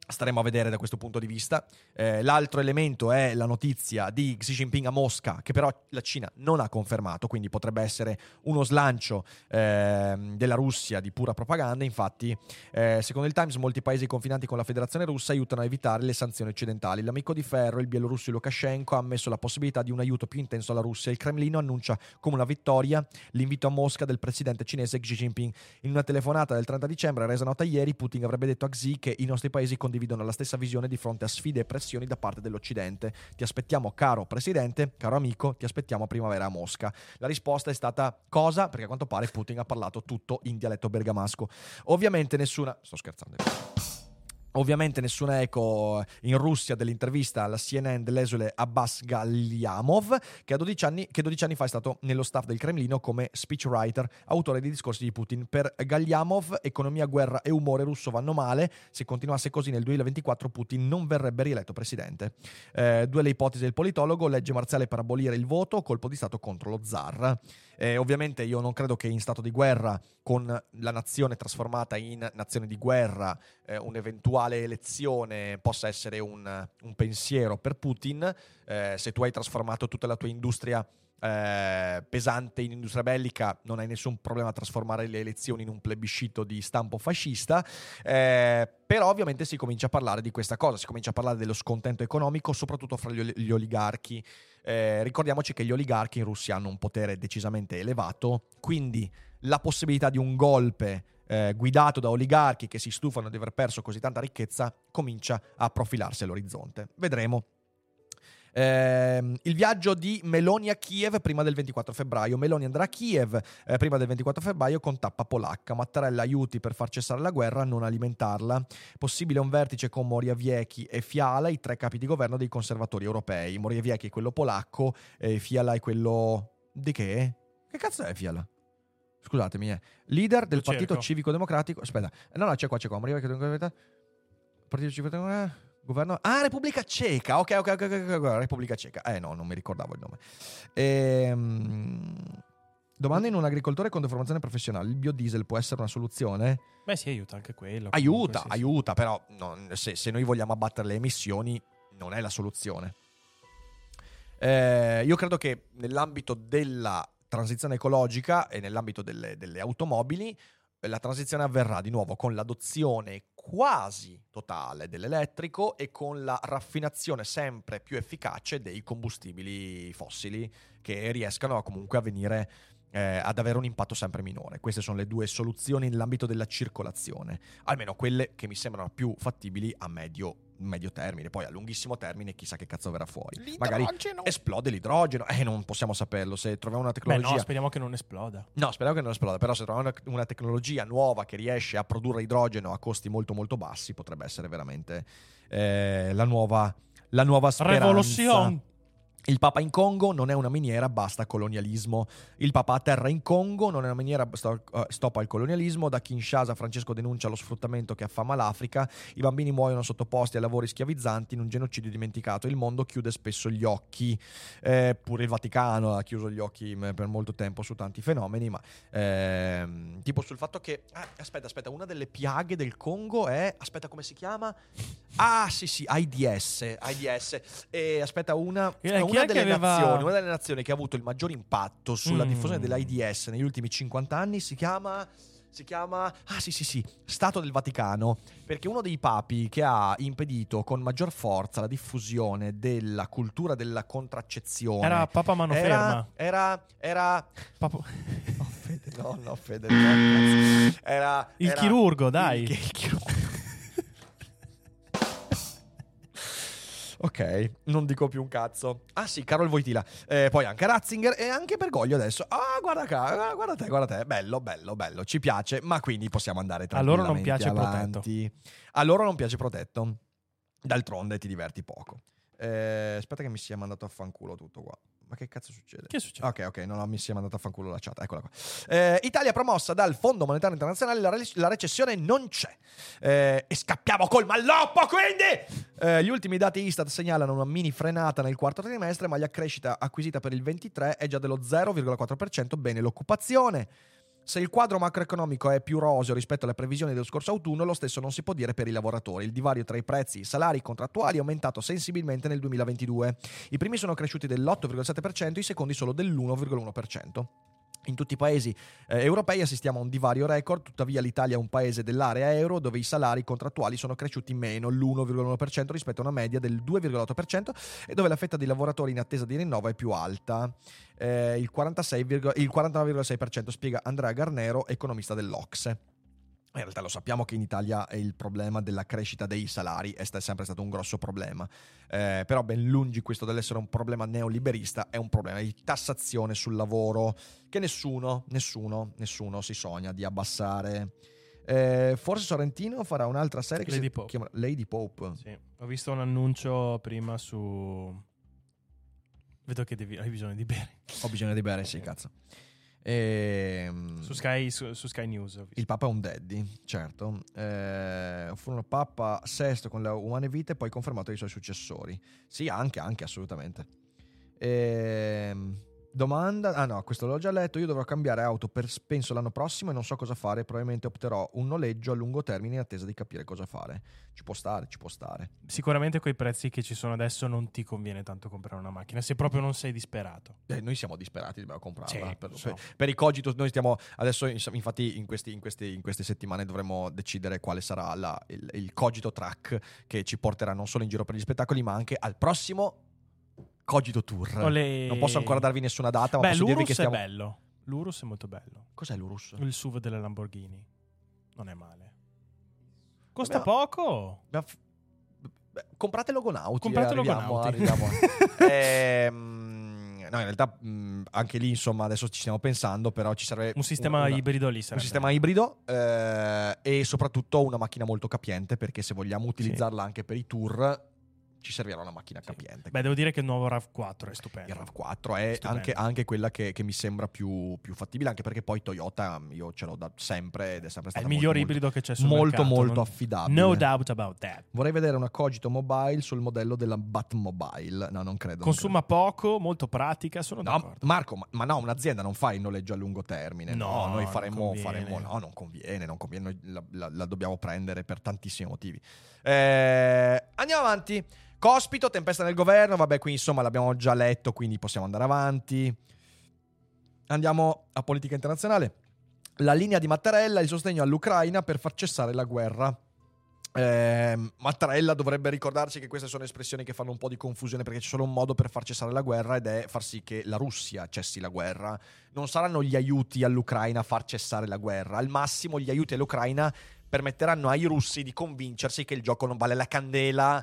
[SPEAKER 2] Staremo a vedere da questo punto di vista. Eh, l'altro elemento è la notizia di Xi Jinping a Mosca, che però la Cina non ha confermato, quindi potrebbe essere uno slancio eh, della Russia di pura propaganda. Infatti, eh, secondo il Times, molti paesi confinanti con la Federazione Russa aiutano a evitare le sanzioni occidentali. L'amico di ferro, il bielorusso Lukashenko, ha ammesso la possibilità di un aiuto più intenso alla Russia. Il Cremlino annuncia come una vittoria l'invito a Mosca del presidente cinese Xi Jinping. In una telefonata del trenta dicembre, resa nota ieri, Putin avrebbe detto a Xi che i nostri paesi condividono condividono la stessa visione di fronte a sfide e pressioni da parte dell'Occidente. Ti aspettiamo, caro presidente, caro amico, ti aspettiamo a primavera a Mosca. La risposta è stata cosa? Perché a quanto pare Putin ha parlato tutto in dialetto bergamasco. Ovviamente nessuna... Sto scherzando. Ovviamente nessuna eco in Russia dell'intervista alla C N N dell'esule Abbas Galyamov, che a dodici anni, che dodici anni fa è stato nello staff del Cremlino come speechwriter, autore dei discorsi di Putin. Per Galyamov, economia, guerra e umore russo vanno male. Se continuasse così nel duemilaventiquattro Putin non verrebbe rieletto presidente. Eh, due le ipotesi del politologo: legge marziale per abolire il voto, colpo di stato contro lo zar. Eh, ovviamente io non credo che in stato di guerra, con la nazione trasformata in nazione di guerra, eh, un'eventuale elezione possa essere un, un pensiero per Putin. Eh, se tu hai trasformato tutta la tua industria eh, pesante in industria bellica, non hai nessun problema a trasformare le elezioni in un plebiscito di stampo fascista. Eh, però ovviamente si comincia a parlare di questa cosa, si comincia a parlare dello scontento economico, soprattutto fra gli, gli oligarchi. Eh, ricordiamoci che gli oligarchi in Russia hanno un potere decisamente elevato, quindi la possibilità di un golpe eh, guidato da oligarchi che si stufano di aver perso così tanta ricchezza comincia a profilarsi all'orizzonte. Vedremo. Eh, il viaggio di Meloni a Kiev prima del ventiquattro febbraio. Meloni andrà a Kiev eh, prima del ventiquattro febbraio con tappa polacca. Mattarella aiuti per far cessare la guerra, non alimentarla. Possibile un vertice con Morawiecki e Fiala, i tre capi di governo dei conservatori europei. Morawiecki è quello polacco e Fiala è quello... di che? Che cazzo è Fiala? Scusatemi, eh. Leader del
[SPEAKER 3] Lo
[SPEAKER 2] Partito
[SPEAKER 3] cerco.
[SPEAKER 2] Civico Democratico. Aspetta, no, no, c'è qua, c'è qua. Morawiecki, Partito Civico Democratico. Governo... Ah, Repubblica Ceca. Ok, ok, ok, ok, ok, Repubblica Ceca. Eh no, non mi ricordavo il nome. Ehm... Domanda in un agricoltore con deformazione professionale: il biodiesel può essere una soluzione?
[SPEAKER 3] Beh, sì, aiuta anche quello.
[SPEAKER 2] Aiuta,
[SPEAKER 3] Comunque, sì,
[SPEAKER 2] aiuta, però non, se, se noi vogliamo abbattere le emissioni non è la soluzione. Eh, io credo che nell'ambito della transizione ecologica e nell'ambito delle, delle automobili la transizione avverrà di nuovo con l'adozione quasi totale dell'elettrico e con la raffinazione sempre più efficace dei combustibili fossili, che riescano a comunque a venire eh, ad avere un impatto sempre minore. Queste sono le due soluzioni nell'ambito della circolazione, almeno quelle che mi sembrano più fattibili a medio medio termine. Poi a lunghissimo termine chissà che cazzo verrà fuori. L'idrogeno. Magari esplode l'idrogeno, eh non possiamo saperlo. Se troviamo una tecnologia...
[SPEAKER 3] Beh, no, speriamo che non esploda.
[SPEAKER 2] No, speriamo che non esploda, però se troviamo una, una tecnologia nuova che riesce a produrre idrogeno a costi molto molto bassi, potrebbe essere veramente eh, la nuova la nuova speranza.
[SPEAKER 3] Revolution.
[SPEAKER 2] Il Papa in Congo non è una miniera, basta colonialismo. Il Papa a terra in Congo non è una miniera, stop al colonialismo. Da Kinshasa Francesco denuncia lo sfruttamento che affama l'Africa. I bambini muoiono sottoposti a lavori schiavizzanti in un genocidio dimenticato. Il mondo chiude spesso gli occhi. Eh, pure il Vaticano ha chiuso gli occhi per molto tempo su tanti fenomeni, ma ehm, tipo sul fatto che... Ah, aspetta, aspetta, una delle piaghe del Congo è... Aspetta, come si chiama? Ah, sì, sì, AIDS. AIDS. E aspetta, una...
[SPEAKER 3] Eh,
[SPEAKER 2] una Delle
[SPEAKER 3] aveva...
[SPEAKER 2] nazioni, una delle nazioni che ha avuto il maggior impatto sulla
[SPEAKER 3] mm.
[SPEAKER 2] diffusione dell'AIDS negli ultimi cinquanta anni si chiama si chiama ah sì sì sì Stato del Vaticano, perché uno dei papi che ha impedito con maggior forza la diffusione della cultura della contraccezione
[SPEAKER 3] era Papa Manoferma.
[SPEAKER 2] Era era, era...
[SPEAKER 3] Papa...
[SPEAKER 2] no Fede no no Fede no, era
[SPEAKER 3] il
[SPEAKER 2] era...
[SPEAKER 3] chirurgo dai
[SPEAKER 2] il, il chirurgo. Ok, non dico più un cazzo. Ah sì, Carol Wojtyla. Eh, poi anche Ratzinger e anche Bergoglio adesso. Ah, guarda qua, guarda te, guarda te. Bello, bello, bello. Ci piace, ma quindi possiamo andare tranquillamente
[SPEAKER 3] a loro non piace
[SPEAKER 2] avanti.
[SPEAKER 3] protetto.
[SPEAKER 2] A loro non piace protetto. D'altronde ti diverti poco. Eh, aspetta che mi sia mandato a fanculo tutto qua. Ma che cazzo succede?
[SPEAKER 3] Che succede?
[SPEAKER 2] Ok, ok, no, no, mi si è mandato a fanculo la chat. Eccola qua. Eh, Italia promossa dal Fondo Monetario Internazionale, la, re- la recessione non c'è. Eh, e scappiamo col malloppo, quindi! Eh, gli ultimi dati Istat segnalano una mini frenata nel quarto trimestre, ma la crescita acquisita per il ventitré è già dello zero virgola quattro per cento. Bene, l'occupazione. Se il quadro macroeconomico è più roseo rispetto alle previsioni dello scorso autunno, lo stesso non si può dire per i lavoratori. Il divario tra i prezzi e i salari contrattuali è aumentato sensibilmente nel duemilaventidue. I primi sono cresciuti dell'otto virgola sette per cento, i secondi solo dell'uno virgola uno per cento. In tutti i paesi eh, europei assistiamo a un divario record, tuttavia l'Italia è un paese dell'area euro dove i salari contrattuali sono cresciuti meno, l'uno virgola uno per cento rispetto a una media del due virgola otto per cento, e dove la fetta di lavoratori in attesa di rinnovo è più alta, eh, il, quarantasei, il quarantanove virgola sei per cento, spiega Andrea Garnero, economista dell'Ocse. In realtà lo sappiamo che in Italia è il problema della crescita dei salari è sempre stato un grosso problema, eh, però ben lungi questo dall'essere un problema neoliberista, è un problema di tassazione sul lavoro che nessuno, nessuno, nessuno si sogna di abbassare. Eh, forse Sorrentino farà un'altra serie che
[SPEAKER 3] Lady
[SPEAKER 2] si
[SPEAKER 3] Pope.
[SPEAKER 2] chiama Lady Pope.
[SPEAKER 3] Sì, ho visto un annuncio prima su... Vedo che devi... hai bisogno di bere.
[SPEAKER 2] Ho bisogno di bere, sì, cazzo. E,
[SPEAKER 3] su, Sky, su, su Sky News
[SPEAKER 2] il Papa è un daddy, certo. Eh, furono Papa Sesto con le umane vite, poi confermato dai suoi successori. Sì, anche, anche assolutamente. E, domanda, ah no, questo l'ho già letto. Io dovrò cambiare auto per penso l'anno prossimo e non so cosa fare. Probabilmente opterò un noleggio a lungo termine in attesa di capire cosa fare. Ci può stare, ci può stare.
[SPEAKER 3] Sicuramente coi prezzi che ci sono adesso non ti conviene tanto comprare una macchina se proprio non sei disperato.
[SPEAKER 2] Eh, noi siamo disperati, dobbiamo comprarla.
[SPEAKER 3] Sì,
[SPEAKER 2] per,
[SPEAKER 3] so.
[SPEAKER 2] per, per i Cogitus noi stiamo adesso, infatti in, questi, in, questi, in queste settimane dovremo decidere quale sarà la, il, il Cogito Track che ci porterà non solo in giro per gli spettacoli ma anche al prossimo Cogito Tour.
[SPEAKER 3] Le...
[SPEAKER 2] Non posso ancora darvi nessuna data, ma
[SPEAKER 3] Beh,
[SPEAKER 2] posso dirvi che stiamo...
[SPEAKER 3] è bello. L'Urus è molto bello.
[SPEAKER 2] Cos'è l'Urus?
[SPEAKER 3] Il S U V delle Lamborghini. Non è male. Costa
[SPEAKER 2] Abbiamo...
[SPEAKER 3] poco.
[SPEAKER 2] Beh, comprate Logonauti.
[SPEAKER 3] Comprate
[SPEAKER 2] eh, arriviamo,
[SPEAKER 3] Logonauti.
[SPEAKER 2] arriviamo. ehm, no, in realtà mh, anche lì, insomma, adesso ci stiamo pensando, però ci serve
[SPEAKER 3] un sistema
[SPEAKER 2] una,
[SPEAKER 3] ibrido lì.
[SPEAKER 2] Un sistema ibrido eh, e soprattutto una macchina molto capiente, perché se vogliamo utilizzarla sì. anche per i tour ci servirà una macchina
[SPEAKER 3] sì.
[SPEAKER 2] capiente.
[SPEAKER 3] Beh, devo dire che il nuovo RAV quattro è stupendo.
[SPEAKER 2] Il RAV quattro è anche, anche quella che, che mi sembra più, più fattibile, anche perché poi Toyota io ce l'ho da sempre ed è sempre stata
[SPEAKER 3] è il miglior
[SPEAKER 2] molto,
[SPEAKER 3] ibrido che c'è sul
[SPEAKER 2] molto
[SPEAKER 3] mercato,
[SPEAKER 2] molto
[SPEAKER 3] non...
[SPEAKER 2] affidabile.
[SPEAKER 3] No doubt about that.
[SPEAKER 2] Vorrei vedere una Cogito Mobile sul modello della Batmobile. No, non credo.
[SPEAKER 3] Consuma
[SPEAKER 2] non credo.
[SPEAKER 3] poco, molto pratica, sono
[SPEAKER 2] no,
[SPEAKER 3] d'accordo.
[SPEAKER 2] Marco, ma, ma no, un'azienda non fa il noleggio a lungo termine. No,
[SPEAKER 3] no
[SPEAKER 2] noi faremo,
[SPEAKER 3] non
[SPEAKER 2] faremo no, non conviene, non conviene, noi la, la, la dobbiamo prendere per tantissimi motivi. Eh, andiamo avanti. Cospito, tempesta nel governo, vabbè, qui insomma l'abbiamo già letto, quindi possiamo andare avanti. Andiamo a politica internazionale. La linea di Mattarella, il sostegno all'Ucraina per far cessare la guerra. Eh, Mattarella dovrebbe ricordarsi che queste sono espressioni che fanno un po' di confusione, perché c'è solo un modo per far cessare la guerra ed è far sì che la Russia cessi la guerra. Non saranno gli aiuti all'Ucraina a far cessare la guerra. Al massimo gli aiuti all'Ucraina permetteranno ai russi di convincersi che il gioco non vale la candela.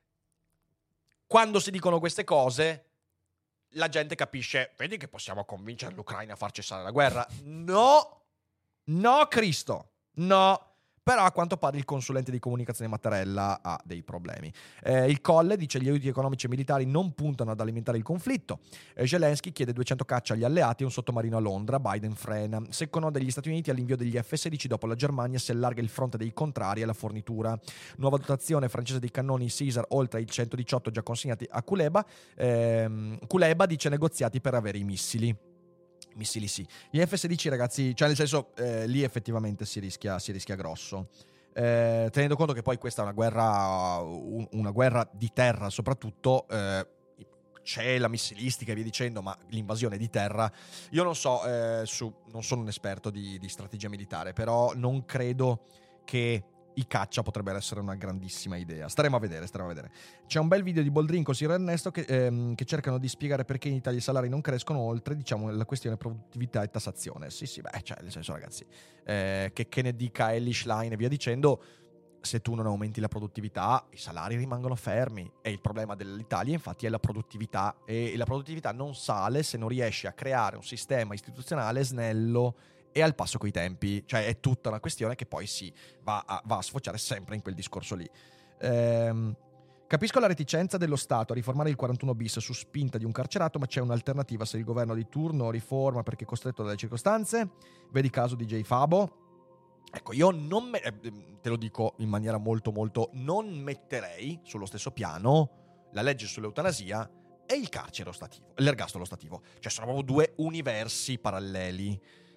[SPEAKER 2] Quando si dicono queste cose, la gente capisce, vedi che possiamo convincere l'Ucraina a far cessare la guerra? No, no Cristo, no. Però a quanto pare il consulente di comunicazione Mattarella ha dei problemi. Eh, il Colle dice che gli aiuti economici e militari non puntano ad alimentare il conflitto. Eh, Zelensky chiede duecento caccia agli alleati e un sottomarino a Londra. Biden frena. Secco degli Stati Uniti all'invio degli F sedici dopo la Germania, si allarga il fronte dei contrari alla fornitura. Nuova dotazione francese di cannoni Caesar oltre ai centodiciotto già consegnati a Kuleba. Eh, Kuleba dice negoziati per avere i missili. Missili sì. Gli F sedici ragazzi, cioè nel senso eh, lì effettivamente si rischia, si rischia grosso. Eh, tenendo conto che poi questa è una guerra, un, una guerra di terra soprattutto, eh, c'è la missilistica e via dicendo, ma l'invasione di terra, io non so, eh, su, non sono un esperto di, di strategia militare, però non credo che i caccia potrebbero essere una grandissima idea. Staremo a vedere, staremo a vedere. C'è un bel video di Boldrin con Siro Ernesto che, ehm, che cercano di spiegare perché in Italia i salari non crescono oltre, diciamo, la questione produttività e tassazione. Sì, sì, beh, cioè, nel senso, ragazzi, eh, che, che ne dica Ellie Schlein e via dicendo, se tu non aumenti la produttività, i salari rimangono fermi. E il problema dell'Italia, infatti, è la produttività. E la produttività non sale se non riesci a creare un sistema istituzionale snello e al passo coi tempi, cioè è tutta una questione che poi si va a, va a sfociare sempre in quel discorso lì. Ehm, capisco la reticenza dello Stato a riformare il quarantuno bis su spinta di un carcerato, ma c'è un'alternativa se il governo di turno riforma perché è costretto dalle circostanze. Vedi caso di J Fabo. Ecco, io non me, te lo dico in maniera molto molto, non metterei sullo stesso piano la legge sull'eutanasia e il carcere ostativo, l'ergastolo ostativo. Cioè sono proprio due universi paralleli.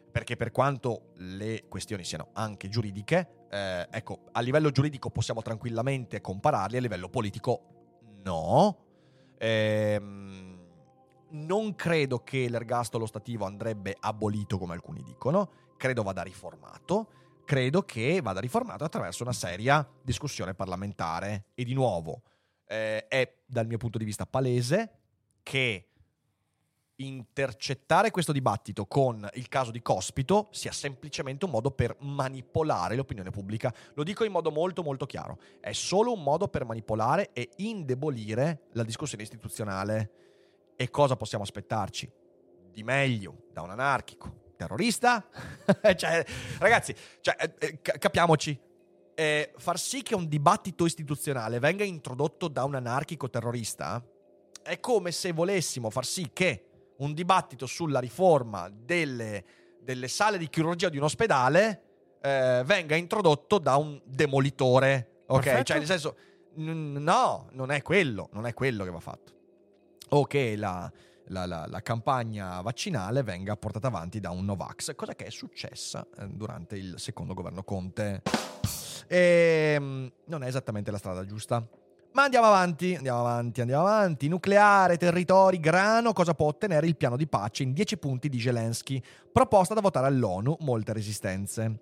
[SPEAKER 2] perché per quanto le questioni siano anche giuridiche, eh, ecco, a livello giuridico possiamo tranquillamente compararli, a livello politico no. Ehm, non credo che l'ergastolo ostativo andrebbe abolito come alcuni dicono, credo vada riformato, credo che vada riformato attraverso una seria discussione parlamentare e di nuovo eh, è dal mio punto di vista palese che intercettare questo dibattito con il caso di Cospito sia semplicemente un modo per manipolare l'opinione pubblica. Lo dico in modo molto molto chiaro, è solo un modo per manipolare e indebolire la discussione istituzionale. E cosa possiamo aspettarci di meglio da un anarchico terrorista? Cioè, ragazzi, cioè, eh, capiamoci, eh, far sì che un dibattito istituzionale venga introdotto da un anarchico terrorista è come se volessimo far sì che un dibattito sulla riforma delle, delle sale di chirurgia di un ospedale eh, venga introdotto da un demolitore, ok?
[SPEAKER 3] Perfetto.
[SPEAKER 2] Cioè, nel senso, n- no, non è quello, non è quello che va fatto. O che la, la, la, la campagna vaccinale venga portata avanti da un Novax, cosa che è successa eh, durante il secondo governo Conte. E, mh, non è esattamente la strada giusta. Ma andiamo avanti, andiamo avanti, andiamo avanti. Nucleare, territori, grano, cosa può ottenere il piano di pace in dieci punti di Zelensky, proposta da votare all'ONU, molte resistenze.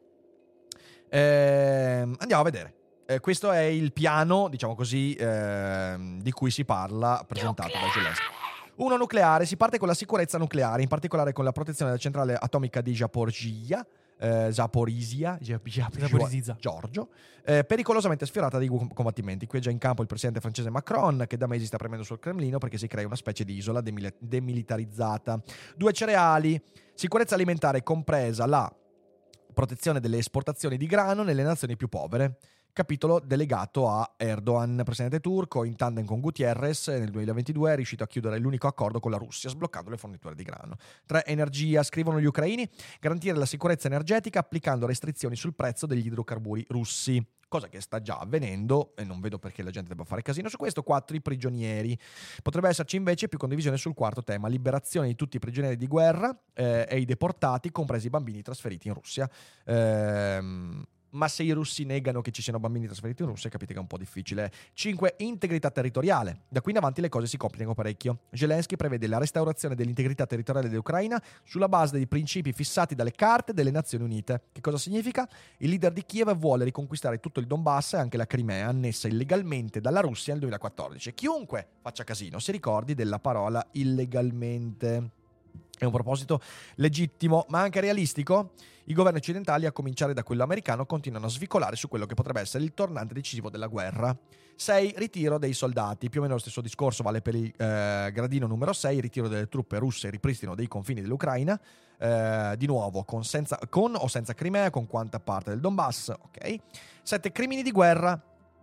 [SPEAKER 2] Eh, andiamo a vedere. Eh, questo è il piano, diciamo così, eh, di cui si parla, presentato da Zelensky. Uno, nucleare. Si parte con la sicurezza nucleare, in particolare con la protezione della centrale atomica di Zaporizhzhia, eh, Zaporizhia,
[SPEAKER 3] Zaporizhzhia.
[SPEAKER 2] Giorgio, eh, pericolosamente sfiorata dai combattimenti. Qui è già in campo il presidente francese Macron, che da mesi sta premendo sul Cremlino perché si crea una specie di isola demil- demilitarizzata. Due, cereali. Sicurezza alimentare, compresa la protezione delle esportazioni di grano nelle nazioni più povere. Capitolo delegato a Erdogan, presidente turco, in tandem con Gutierrez, nel duemilaventidue è riuscito a chiudere l'unico accordo con la Russia, sbloccando le forniture di grano. Tre, energia, scrivono gli ucraini, garantire la sicurezza energetica applicando restrizioni sul prezzo degli idrocarburi russi, cosa che sta già avvenendo e non vedo perché la gente debba fare casino su questo. Quattro, i prigionieri. Potrebbe esserci invece più condivisione sul quarto tema, liberazione di tutti i prigionieri di guerra eh, e i deportati, compresi i bambini trasferiti in Russia. Ehm... Ma se i russi negano che ci siano bambini trasferiti in Russia, capite che è un po' difficile. Cinque, integrità territoriale. Da qui in avanti le cose si complicano parecchio. Zelensky prevede la restaurazione dell'integrità territoriale dell'Ucraina sulla base dei principi fissati dalle carte delle Nazioni Unite. Che cosa significa? Il leader di Kiev vuole riconquistare tutto il Donbass e anche la Crimea, annessa illegalmente dalla Russia nel duemilaquattordici. Chiunque faccia casino si ricordi della parola illegalmente. È un proposito legittimo, ma anche realistico? I governi occidentali, a cominciare da quello americano, continuano a svicolare su quello che potrebbe essere il tornante decisivo della guerra. sei. Ritiro dei soldati. Più o meno lo stesso discorso vale per il eh, gradino numero sei, ritiro delle truppe russe e ripristino dei confini dell'Ucraina. Eh, di nuovo, con, senza, con o senza Crimea, con quanta parte del Donbass. Ok. sette. Crimini di guerra.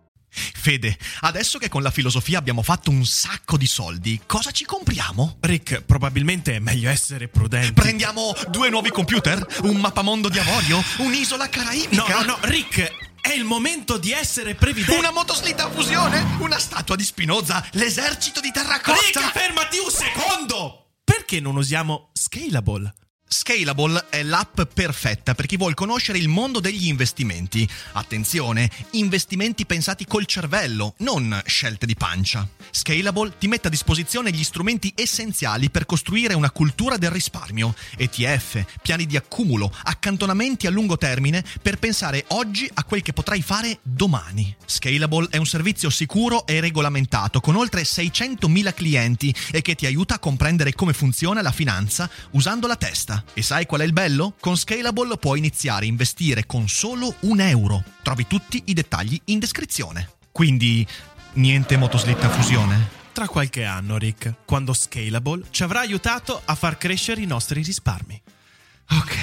[SPEAKER 5] Fede, adesso che con la filosofia abbiamo fatto un sacco di soldi, cosa ci compriamo?
[SPEAKER 3] Rick, probabilmente è meglio essere prudenti.
[SPEAKER 5] Prendiamo due nuovi computer? Un mappamondo di avorio? Un'isola caraibica?
[SPEAKER 3] No, no, no, Rick, è il momento di essere previdenti.
[SPEAKER 5] Una motoslitta a fusione? Una statua di Spinoza? L'esercito di terracotta?
[SPEAKER 3] Rick, fermati un secondo! Perché non usiamo Scalable?
[SPEAKER 5] Scalable è l'app perfetta per chi vuol conoscere il mondo degli investimenti. Attenzione, investimenti pensati col cervello, non scelte di pancia. Scalable ti mette a disposizione gli strumenti essenziali per costruire una cultura del risparmio, E T F, piani di accumulo, accantonamenti a lungo termine per pensare oggi a quel che potrai fare domani. Scalable è un servizio sicuro e regolamentato con oltre seicentomila clienti e che ti aiuta a comprendere come funziona la finanza usando la testa. E sai qual è il bello? Con Scalable puoi iniziare a investire con solo un euro. Trovi tutti i dettagli in descrizione. Quindi, niente motoslitta a fusione?
[SPEAKER 3] Tra qualche anno, Rick, quando Scalable ci avrà aiutato a far crescere i nostri risparmi.
[SPEAKER 5] Ok.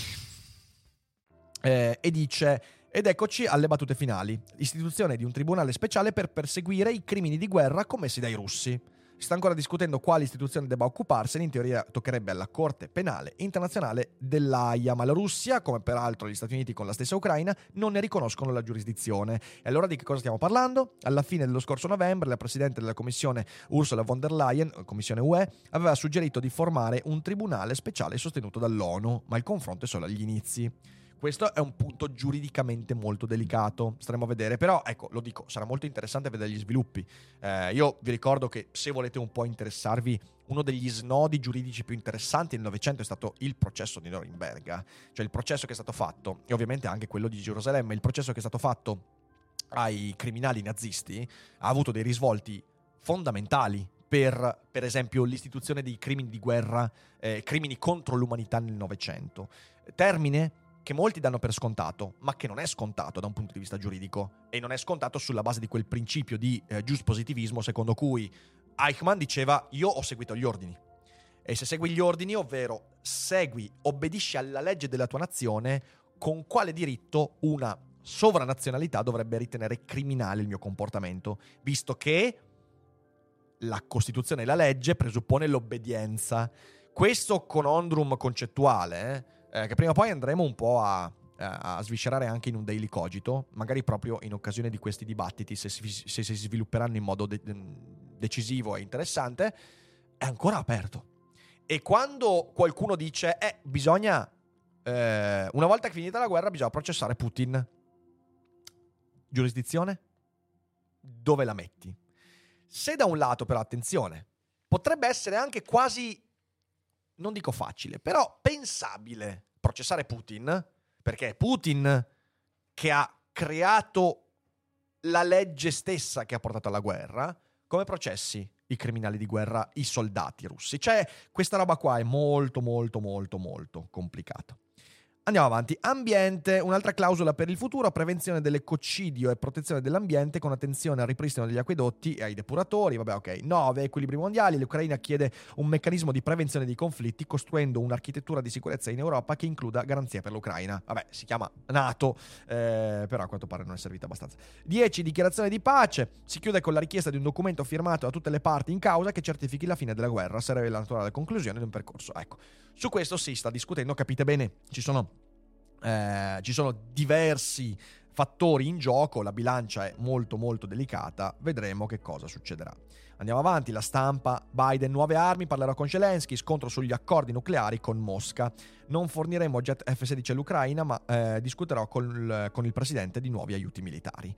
[SPEAKER 2] Eh, e dice... Ed eccoci alle battute finali. Istituzione di un tribunale speciale per perseguire i crimini di guerra commessi dai russi. Si sta ancora discutendo quale istituzione debba occuparsene, in teoria toccherebbe alla Corte Penale Internazionale dell'Aia, ma la Russia, come peraltro gli Stati Uniti con la stessa Ucraina, non ne riconoscono la giurisdizione. E allora di che cosa stiamo parlando? Alla fine dello scorso novembre la Presidente della Commissione Ursula von der Leyen, Commissione U E, aveva suggerito di formare un tribunale speciale sostenuto dall'ONU, ma il confronto è solo agli inizi. Questo è un punto giuridicamente molto delicato, staremo a vedere, però ecco, lo dico, sarà molto interessante vedere gli sviluppi. Eh, io vi ricordo che se volete un po' interessarvi, uno degli snodi giuridici più interessanti del Novecento è stato il processo di Norimberga, cioè il processo che è stato fatto, e ovviamente anche quello di Gerusalemme, il processo che è stato fatto ai criminali nazisti ha avuto dei risvolti fondamentali per, per esempio, l'istituzione dei crimini di guerra, eh, crimini contro l'umanità nel Novecento. Termine che molti danno per scontato, ma che non è scontato da un punto di vista giuridico, e non è scontato sulla base di quel principio di eh, giuspositivismo secondo cui Eichmann diceva io ho seguito gli ordini, e se segui gli ordini, ovvero segui, obbedisci alla legge della tua nazione, con quale diritto una sovranazionalità dovrebbe ritenere criminale il mio comportamento, visto che la Costituzione e la legge presuppone l'obbedienza. Questo conundrum concettuale, eh, Eh, che prima o poi andremo un po' a, a, a sviscerare anche in un Daily Cogito, magari proprio in occasione di questi dibattiti, se si, se si svilupperanno in modo de- decisivo e interessante, è ancora aperto. E quando qualcuno dice, eh, bisogna, eh, una volta finita la guerra, bisogna processare Putin, giurisdizione? Dove la metti? Se da un lato, però, attenzione, potrebbe essere anche quasi, non dico facile, però pensabile processare Putin, perché è Putin che ha creato la legge stessa che ha portato alla guerra, come processi i criminali di guerra, i soldati russi. Cioè, questa roba qua è molto, molto, molto, molto complicata. Andiamo avanti. Ambiente, un'altra clausola per il futuro, prevenzione dell'ecocidio e protezione dell'ambiente con attenzione al ripristino degli acquedotti e ai depuratori. Vabbè, ok. nove. Equilibri mondiali. L'Ucraina chiede un meccanismo di prevenzione dei conflitti costruendo un'architettura di sicurezza in Europa che includa garanzie per l'Ucraina. Vabbè, si chiama NATO, eh, però a quanto pare non è servita abbastanza. dieci. Dichiarazione di pace. Si chiude con la richiesta di un documento firmato da tutte le parti in causa che certifichi la fine della guerra. Sarebbe la naturale conclusione di un percorso. Ecco, su questo si sta discutendo, capite bene, ci sono Eh, ci sono diversi fattori in gioco, la bilancia è molto molto delicata, vedremo che cosa succederà. Andiamo avanti, la stampa, Biden nuove armi, parlerò con Zelensky, scontro sugli accordi nucleari con Mosca, non forniremo jet F sedici all'Ucraina ma eh, discuterò con il, con il presidente di nuovi aiuti militari.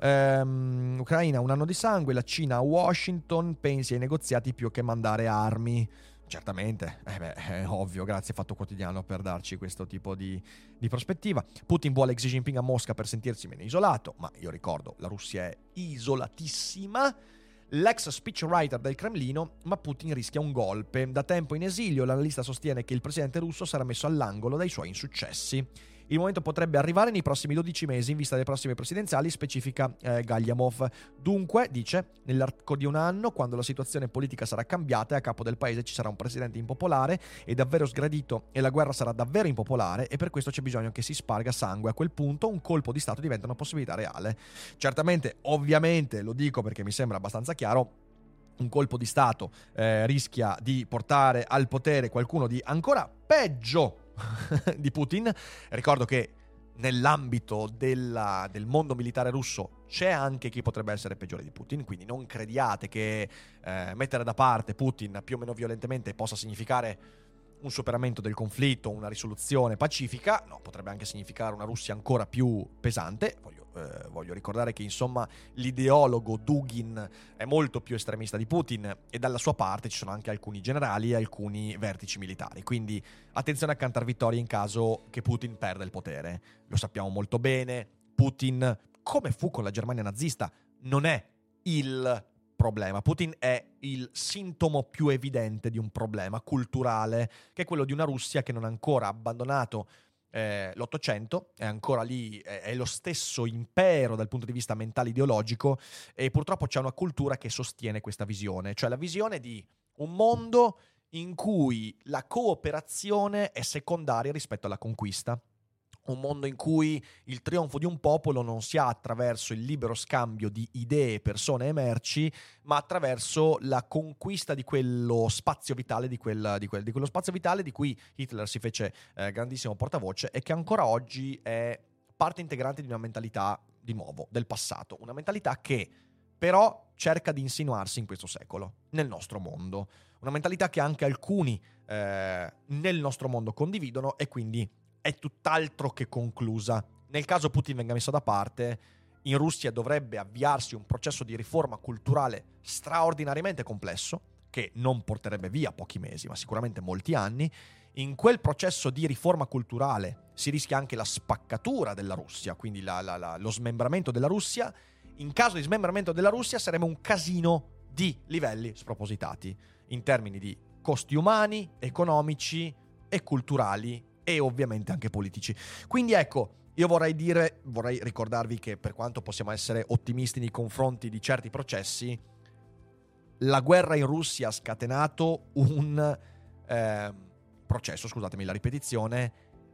[SPEAKER 2] Ehm, Ucraina, un anno di sangue, la Cina a Washington, pensi ai negoziati più che mandare armi. Certamente, eh beh, è ovvio, grazie Fatto Quotidiano per darci questo tipo di, di prospettiva. Putin vuole Xi Jinping a Mosca per sentirsi meno isolato, ma io ricordo, la Russia è isolatissima. L'ex speechwriter del Cremlino, ma Putin rischia un golpe. Da tempo in esilio, l'analista sostiene che il presidente russo sarà messo all'angolo dai suoi insuccessi. Il momento potrebbe arrivare nei prossimi dodici mesi in vista delle prossime presidenziali, specifica eh, Galyamov. Dunque, dice, nell'arco di un anno, quando la situazione politica sarà cambiata e a capo del paese ci sarà un presidente impopolare e davvero sgradito e la guerra sarà davvero impopolare e per questo c'è bisogno che si sparga sangue. A quel punto un colpo di Stato diventa una possibilità reale. Certamente, ovviamente, lo dico perché mi sembra abbastanza chiaro, un colpo di Stato eh, rischia di portare al potere qualcuno di ancora peggio di Putin. Ricordo che nell'ambito della, del mondo militare russo c'è anche chi potrebbe essere peggiore di Putin, quindi non crediate che eh, mettere da parte Putin più o meno violentemente possa significare un superamento del conflitto, una risoluzione pacifica. No, potrebbe anche significare una Russia ancora più pesante. Voglio, eh, voglio ricordare che insomma l'ideologo Dugin è molto più estremista di Putin e dalla sua parte ci sono anche alcuni generali e alcuni vertici militari, quindi attenzione a cantar vittorie in caso che Putin perda il potere. Lo sappiamo molto bene, Putin, come fu con la Germania nazista, non è il problema. Putin è il sintomo più evidente di un problema culturale, che è quello di una Russia che non ha ancora abbandonato eh, l'Ottocento, è ancora lì, è, è lo stesso impero dal punto di vista mentale ideologico e purtroppo c'è una cultura che sostiene questa visione, cioè la visione di un mondo in cui la cooperazione è secondaria rispetto alla conquista. un mondo in cui il trionfo di un popolo non si ha attraverso il libero scambio di idee, persone e merci, ma attraverso la conquista di quello spazio vitale, di, quel, di, quel, di quello spazio vitale di cui Hitler si fece eh, grandissimo portavoce e che ancora oggi è parte integrante di una mentalità, di nuovo, del passato. Una mentalità che però cerca di insinuarsi in questo secolo, nel nostro mondo. Una mentalità che anche alcuni eh, nel nostro mondo condividono e quindi è tutt'altro che conclusa. Nel caso Putin venga messo da parte, in Russia dovrebbe avviarsi un processo di riforma culturale straordinariamente complesso, che non porterebbe via pochi mesi, ma sicuramente molti anni. In quel processo di riforma culturale si rischia anche la spaccatura della Russia, quindi la, la, la, lo smembramento della Russia. In caso di smembramento della Russia saremo un casino di livelli spropositati, in termini di costi umani, economici e culturali, e ovviamente anche politici. Quindi ecco, io vorrei dire, vorrei ricordarvi che per quanto possiamo essere ottimisti nei confronti di certi processi, la guerra in Russia ha scatenato un eh, processo, scusatemi la ripetizione,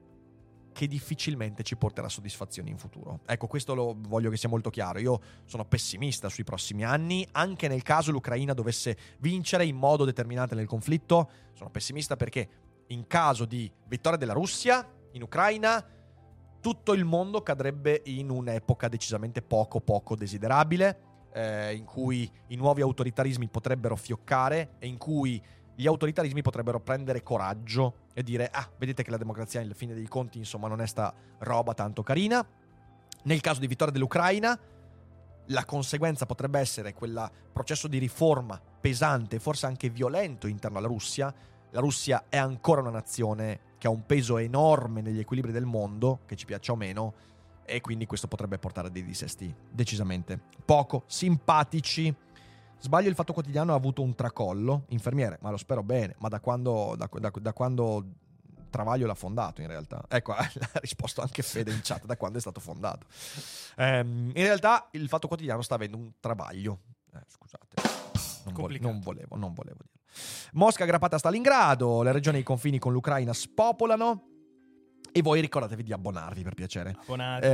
[SPEAKER 2] che difficilmente ci porterà soddisfazioni in futuro. Ecco, questo lo voglio che sia molto chiaro. Io sono pessimista sui prossimi anni, anche nel caso l'Ucraina dovesse vincere in modo determinante nel conflitto. Sono pessimista perché in caso di vittoria della Russia in Ucraina, tutto il mondo cadrebbe in un'epoca decisamente poco poco desiderabile, eh, in cui i nuovi autoritarismi potrebbero fioccare e in cui gli autoritarismi potrebbero prendere coraggio e dire: ah, vedete che la democrazia alla fine dei conti insomma non è sta roba tanto carina. Nel caso di vittoria dell'Ucraina, la conseguenza potrebbe essere quel processo di riforma pesante, forse anche violento interno alla Russia. La Russia è ancora una nazione che ha un peso enorme negli equilibri del mondo, che ci piaccia o meno, e quindi questo potrebbe portare a dei dissesti decisamente poco simpatici. Sbaglio, il Fatto Quotidiano ha avuto un tracollo, infermiere, ma lo spero bene, ma da quando, da, da, da quando Travaglio l'ha fondato in realtà? Ecco, ha risposto anche Fede in chat, da quando è stato fondato. Ehm, in realtà il Fatto Quotidiano sta avendo un travaglio, eh, scusate, non, vo- non volevo, non volevo dirlo. Mosca aggrappata a Stalingrado, le regioni ai confini con l'Ucraina spopolano. E voi ricordatevi di abbonarvi, per piacere.
[SPEAKER 3] Abbonati.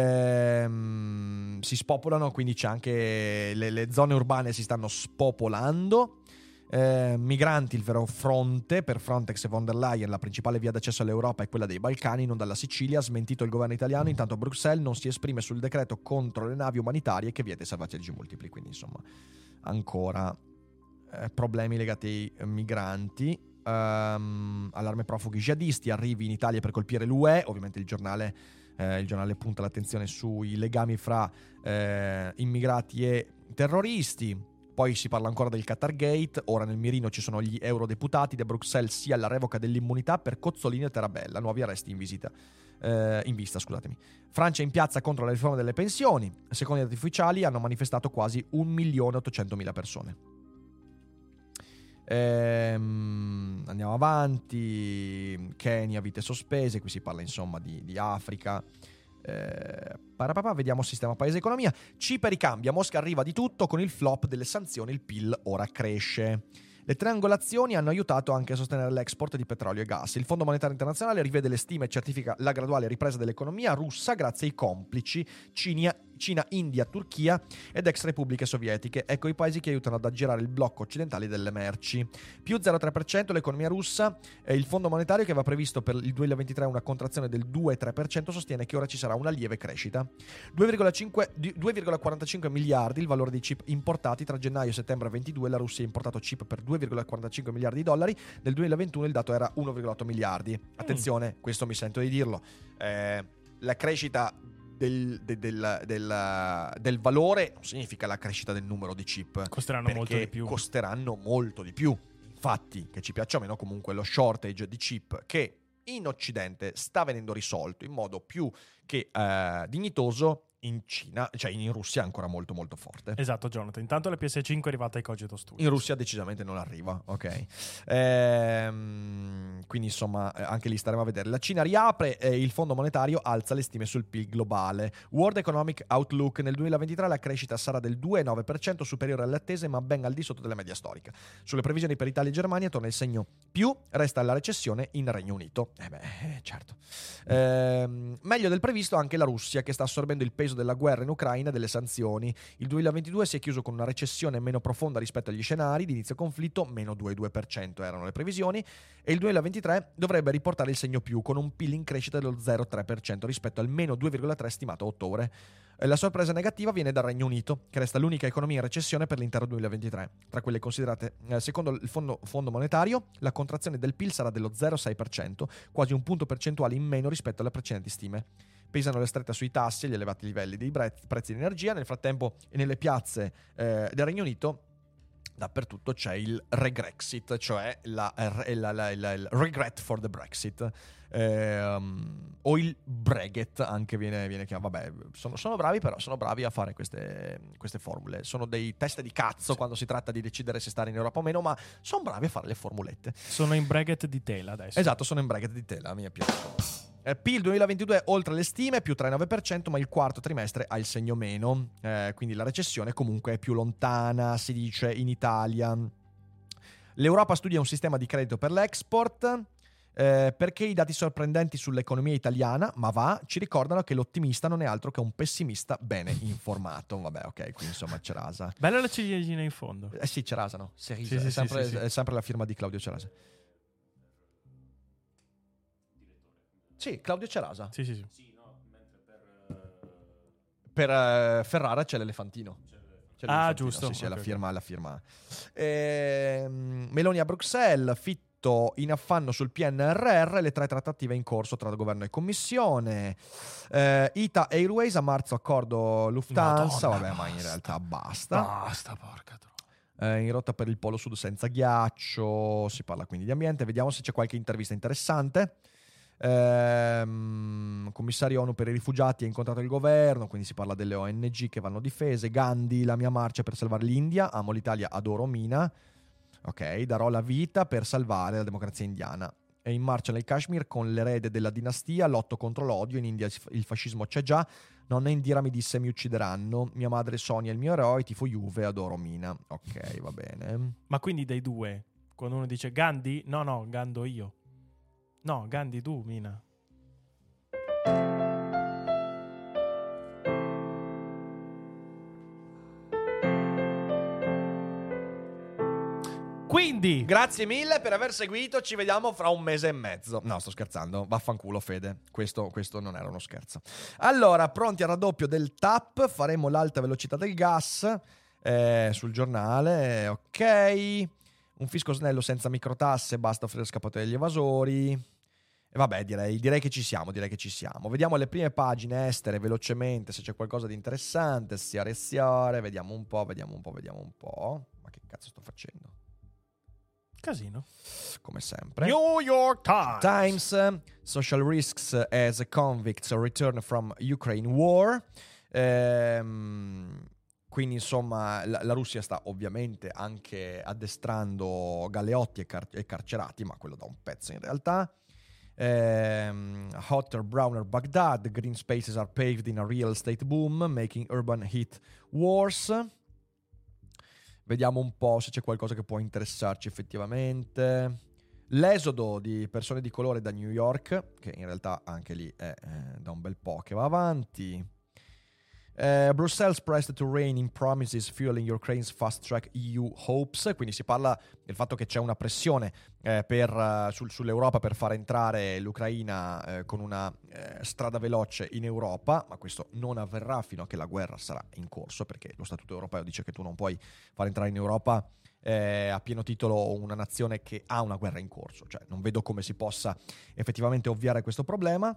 [SPEAKER 2] Ehm, si spopolano, quindi c'è anche le, le zone urbane si stanno spopolando. Ehm, migranti, il vero fronte per Frontex e von der Leyen. La principale via d'accesso all'Europa è quella dei Balcani, non dalla Sicilia. Ha smentito il governo italiano. Intanto Bruxelles non si esprime sul decreto contro le navi umanitarie che vieta i salvataggi multipli. Quindi insomma ancora eh, problemi legati ai eh, migranti. Um, allarme profughi jihadisti, arrivi in Italia per colpire l'U E. Ovviamente il giornale, eh, il giornale punta l'attenzione sui legami fra eh, immigrati e terroristi. Poi si parla ancora del Qatar Gate. Ora nel mirino ci sono gli eurodeputati. Da Bruxelles sia la revoca dell'immunità per Cozzolino e Tarabella, nuovi arresti in visita eh, in vista, scusatemi. Francia in piazza contro la riforma delle pensioni. Secondo i dati ufficiali hanno manifestato quasi un milione e ottocentomila persone. Ehm, andiamo avanti. Kenya, vite sospese. Qui si parla insomma di, di Africa. eh, parapapà, Vediamo sistema paese economia. Cipri ricambia, Mosca arriva di tutto. Con il flop delle sanzioni il P I L ora cresce. Le triangolazioni hanno aiutato anche a sostenere l'export di petrolio e gas. Il Fondo Monetario Internazionale rivede le stime e certifica la graduale ripresa dell'economia russa grazie ai complici Cina, Cina, India, Turchia ed ex repubbliche sovietiche. Ecco i paesi che aiutano ad aggirare il blocco occidentale delle merci. Più zero virgola tre per cento l'economia russa. E il Fondo Monetario, che aveva previsto per il duemilaventitré una contrazione del due virgola tre per cento, sostiene che ora ci sarà una lieve crescita. due virgola quarantacinque miliardi il valore dei chip importati. Tra gennaio e settembre ventidue la Russia ha importato chip per due virgola quarantacinque miliardi di dollari. Nel duemilaventuno il dato era uno virgola otto miliardi. Attenzione, mm. questo mi sento di dirlo. Eh, la crescita Del, del, del, del, del valore non significa la crescita del numero di chip.
[SPEAKER 3] Costeranno molto di più.
[SPEAKER 2] Costeranno molto di più. Infatti, che ci piaccia o meno, comunque lo shortage di chip che in Occidente sta venendo risolto in modo più che eh, dignitoso, in Cina, cioè in Russia è ancora molto molto forte.
[SPEAKER 3] Esatto, Jonathan. Intanto la P S cinque è arrivata ai Cogito Studios.
[SPEAKER 2] In Russia decisamente non arriva, ok. Ehm, quindi insomma eh, anche lì staremo a vedere. La Cina riapre e il Fondo Monetario alza le stime sul P I L globale. World Economic Outlook: nel duemilaventitré la crescita sarà del due virgola nove per cento, superiore alle attese ma ben al di sotto della media storica. Sulle previsioni per Italia e Germania torna il segno più, resta la recessione in Regno Unito. Eh beh, eh, certo. Ehm, meglio del previsto anche la Russia, che sta assorbendo il peso della guerra in Ucraina e delle sanzioni. Il duemilaventidue si è chiuso con una recessione meno profonda rispetto agli scenari di inizio conflitto, meno due virgola due per cento erano le previsioni, e il duemilaventitré dovrebbe riportare il segno più, con un P I L in crescita dello zero virgola tre per cento rispetto al meno due virgola tre per cento stimato a ottobre. La sorpresa negativa viene dal Regno Unito, che resta l'unica economia in recessione per l'intero duemilaventitré. Tra quelle considerate, eh, secondo il fondo, fondo Monetario, la contrazione del P I L sarà dello zero virgola sei per cento, quasi un punto percentuale in meno rispetto alle precedenti stime. Pesano le strette sui tassi e gli elevati livelli dei prezzi di energia. Nel frattempo, nelle piazze eh, del Regno Unito, dappertutto c'è il regrexit, cioè la, la, la, la, il regret for the Brexit, eh, um, o il Breget anche viene, viene chiamato. Vabbè, sono, sono bravi, però sono bravi a fare queste, queste formule. Sono dei test di cazzo quando si tratta di decidere se stare in Europa o meno, ma sono bravi a fare le formulette.
[SPEAKER 3] Sono in Breget di tela adesso.
[SPEAKER 2] Esatto, sono in Breget di tela, mi è piaciuto. Eh, P I L duemilaventidue oltre le stime, più tre virgola nove per cento, ma il quarto trimestre ha il segno meno, eh, quindi la recessione comunque è più lontana, si dice in Italia. L'Europa studia un sistema di credito per l'export, eh, perché i dati sorprendenti sull'economia italiana, ma va, ci ricordano che l'ottimista non è altro che un pessimista bene informato. Vabbè, ok, quindi insomma Cerasa.
[SPEAKER 3] Bella la ciliegina in fondo.
[SPEAKER 2] Eh sì, Cerasa, no? Cerisa,
[SPEAKER 3] Sì, sì,
[SPEAKER 2] è, sempre,
[SPEAKER 3] sì, sì, sì.
[SPEAKER 2] è sempre la firma di Claudio Cerasa. Sì, Claudio Cerasa.
[SPEAKER 3] Sì, sì, sì.
[SPEAKER 2] Per uh, Ferrara c'è l'elefantino. C'è
[SPEAKER 3] Ah,
[SPEAKER 2] l'elefantino.
[SPEAKER 3] giusto.
[SPEAKER 2] Sì, sì, è la
[SPEAKER 3] Ok,
[SPEAKER 2] firma, la firma. Ehm, Meloni a Bruxelles, Fitto in affanno sul P N R R, le tre trattative in corso tra governo e commissione. Eh, Ita Airways a marzo accordo Lufthansa,
[SPEAKER 3] Madonna,
[SPEAKER 2] vabbè, ma in
[SPEAKER 3] basta.
[SPEAKER 2] realtà basta.
[SPEAKER 3] Basta, porca troia.
[SPEAKER 2] Eh, in rotta per il Polo Sud senza ghiaccio, si parla quindi di ambiente. Vediamo se c'è qualche intervista interessante. Ehm, commissario ONU per i rifugiati ha incontrato il governo, quindi si parla delle O N G che vanno difese. Gandhi, la mia marcia per salvare l'India, amo l'Italia, adoro Mina. Ok, darò la vita per salvare la democrazia indiana. È in marcia nel Kashmir con l'erede della dinastia, lotto contro l'odio, in India il fascismo c'è già. Nonna Indira mi disse mi uccideranno, mia madre Sonia è il mio eroe, tifo Juve, adoro Mina. Ok, va bene.
[SPEAKER 3] Ma quindi dei due, quando uno dice Gandhi, no no, Gando io. No, Gandhi tu, Mina. Quindi,
[SPEAKER 2] Grazie mille per aver seguito, ci vediamo fra un mese e mezzo. No, sto scherzando, vaffanculo Fede, questo, questo non era uno scherzo. Allora, pronti al raddoppio del T A P, faremo l'alta velocità del gas eh, sul giornale, ok. Un fisco snello senza microtasse, basta offrire scappate degli evasori. E vabbè, direi, direi che ci siamo, direi che ci siamo. Vediamo le prime pagine estere velocemente, se c'è qualcosa di interessante. Siare siare, vediamo un po', vediamo un po', vediamo un po'. Ma che cazzo sto facendo?
[SPEAKER 3] casino.
[SPEAKER 2] Come sempre.
[SPEAKER 3] New York Times.
[SPEAKER 2] Times, social risks as convicts return from Ukraine war. Ehm... Quindi insomma la, la Russia sta ovviamente anche addestrando galeotti e, car- e carcerati, ma quello da un pezzo in realtà. Um, hotter, browner Baghdad, green spaces are paved in a real estate boom, making urban heat worse. Vediamo un po' se c'è qualcosa che può interessarci effettivamente. L'esodo di persone di colore da New York, che in realtà anche lì è eh, da un bel po' che va avanti. Uh, Brussels pressed to rein in promises fueling Ukraine's fast-track E U hopes. Quindi si parla del fatto che c'è una pressione eh, per, uh, sul, sull'Europa per far entrare l'Ucraina eh, con una eh, strada veloce in Europa, ma questo non avverrà fino a che la guerra sarà in corso, perché lo Statuto europeo dice che tu non puoi far entrare in Europa eh, a pieno titolo una nazione che ha una guerra in corso. Cioè non vedo come si possa effettivamente ovviare questo problema.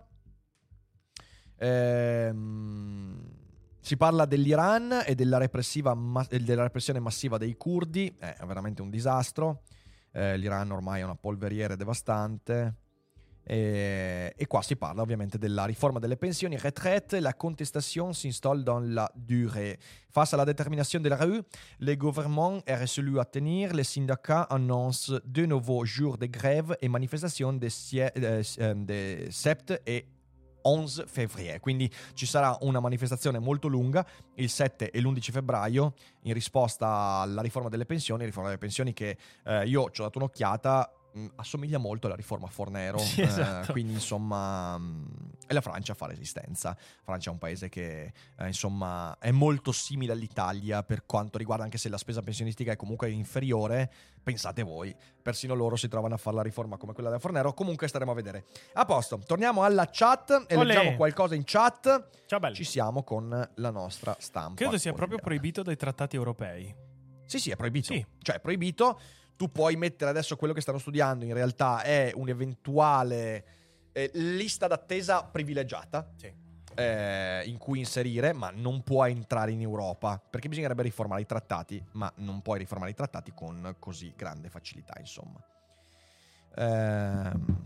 [SPEAKER 2] Ehm... Si parla dell'Iran e della, repressiva ma- della repressione massiva dei curdi, è veramente un disastro. Eh, L'Iran ormai è una polveriera devastante. E, e qua si parla ovviamente della riforma delle pensioni, retraite. La contestation s'installe dans la durée. Face à la détermination de la rue, le gouvernement est résolu à tenir. Les syndicats annoncent de nouveaux jours de grève et manifestations de, sie- de, de sept et onze febbraio. Quindi ci sarà una manifestazione molto lunga il sette e l'undici febbraio in risposta alla riforma delle pensioni, riforma delle pensioni che eh, io ci ho dato un'occhiata. Assomiglia molto alla riforma Fornero,
[SPEAKER 3] sì, esatto.
[SPEAKER 2] eh, quindi insomma è la Francia fa resistenza. La Francia è un paese che eh, insomma è molto simile all'Italia per quanto riguarda, anche se la spesa pensionistica è comunque inferiore, pensate voi, persino loro si trovano a fare la riforma come quella del Fornero. Comunque staremo a vedere. A posto, torniamo alla chat e
[SPEAKER 3] Olè.
[SPEAKER 2] leggiamo qualcosa in chat.
[SPEAKER 3] Ciao belli.
[SPEAKER 2] Ci siamo con la nostra stampa.
[SPEAKER 3] Credo sia proprio
[SPEAKER 2] quotidiana.
[SPEAKER 3] proibito dai trattati europei.
[SPEAKER 2] Sì, sì, è proibito.
[SPEAKER 3] Sì.
[SPEAKER 2] Cioè, è proibito. Tu puoi mettere adesso quello che stanno studiando, in realtà è un'eventuale eh, lista d'attesa privilegiata,
[SPEAKER 3] Sì.
[SPEAKER 2] eh, in cui inserire, ma non puoi entrare in Europa, perché bisognerebbe riformare i trattati, ma non puoi riformare i trattati con così grande facilità, insomma. Ehm...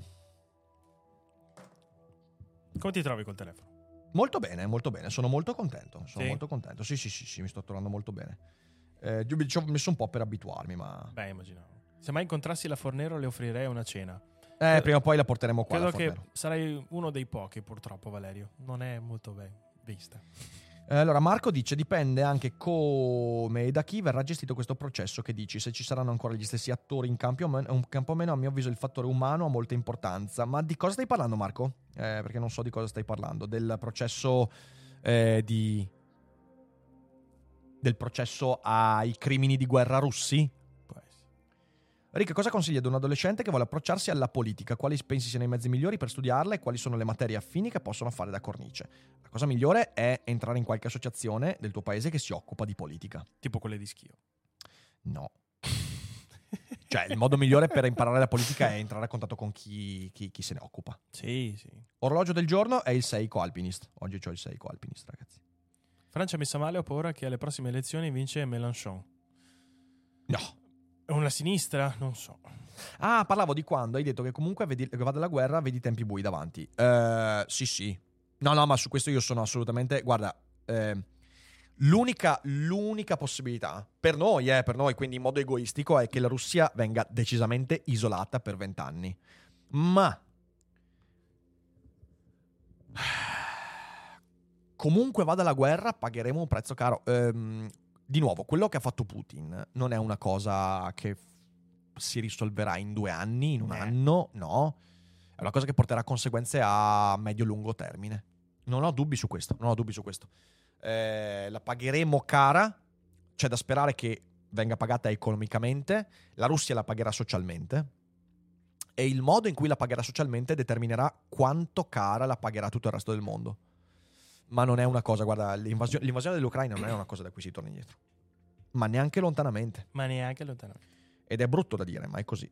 [SPEAKER 3] Come ti trovi col telefono?
[SPEAKER 2] Molto bene, molto bene, sono molto contento, sono
[SPEAKER 3] Sì?
[SPEAKER 2] molto contento, sì sì sì, sì mi sto trovando molto bene. Eh, io ci ho messo un po' per abituarmi, ma...
[SPEAKER 3] Beh, immaginavo. Se mai incontrassi la Fornero le offrirei una cena.
[SPEAKER 2] Eh, prima o poi la porteremo qua.
[SPEAKER 3] Credo
[SPEAKER 2] la
[SPEAKER 3] che
[SPEAKER 2] Fornero.
[SPEAKER 3] sarai uno dei pochi, purtroppo, Valerio. Non è molto ben vista.
[SPEAKER 2] Eh, allora, Marco dice, dipende anche come e da chi verrà gestito questo processo che dici. Se ci saranno ancora gli stessi attori in campo o meno, un campo o meno, a mio avviso il fattore umano ha molta importanza. Ma di cosa stai parlando, Marco? Eh, perché non so di cosa stai parlando. Del processo eh, di... del processo ai crimini di guerra russi?
[SPEAKER 3] Può essere.
[SPEAKER 2] Rick, cosa consigli ad un adolescente che vuole approcciarsi alla politica? Quali pensi siano i mezzi migliori per studiarla e quali sono le materie affini che possono fare da cornice? La cosa migliore è entrare in qualche associazione del tuo paese che si occupa di politica.
[SPEAKER 3] Tipo quelle di Schio.
[SPEAKER 2] No. Cioè, il modo migliore per imparare la politica è entrare a contatto con chi, chi, chi se ne occupa.
[SPEAKER 3] Sì, sì.
[SPEAKER 2] Orologio del giorno è il Seiko Alpinist. Oggi c'ho il Seiko Alpinist, ragazzi.
[SPEAKER 3] Francia messa male, ho paura che alle prossime elezioni vince Mélenchon.
[SPEAKER 2] No.
[SPEAKER 3] Una sinistra? Non so.
[SPEAKER 2] Ah, parlavo di quando hai detto che comunque vedi, che va dalla guerra, vedi i tempi bui davanti. Eh, sì, sì. No, no, ma su questo io sono assolutamente... Guarda, eh, l'unica, l'unica possibilità, per noi, eh, per noi, quindi in modo egoistico, è che la Russia venga decisamente isolata per vent'anni. Ma... comunque vada la guerra, pagheremo un prezzo caro. Ehm, di nuovo, quello che ha fatto Putin non è una cosa che si risolverà in due anni, in un
[SPEAKER 3] Eh.
[SPEAKER 2] anno, no. È una cosa che porterà conseguenze a medio-lungo termine. Non ho dubbi su questo, non ho dubbi su questo. Eh, la pagheremo cara, c'è da sperare che venga pagata economicamente, la Russia la pagherà socialmente e il modo in cui la pagherà socialmente determinerà quanto cara la pagherà tutto il resto del mondo. Ma non è una cosa, guarda, l'invasione, l'invasione dell'Ucraina non è una cosa da cui si torna indietro. Ma neanche lontanamente.
[SPEAKER 3] Ma neanche lontanamente.
[SPEAKER 2] Ed è brutto da dire, ma è così.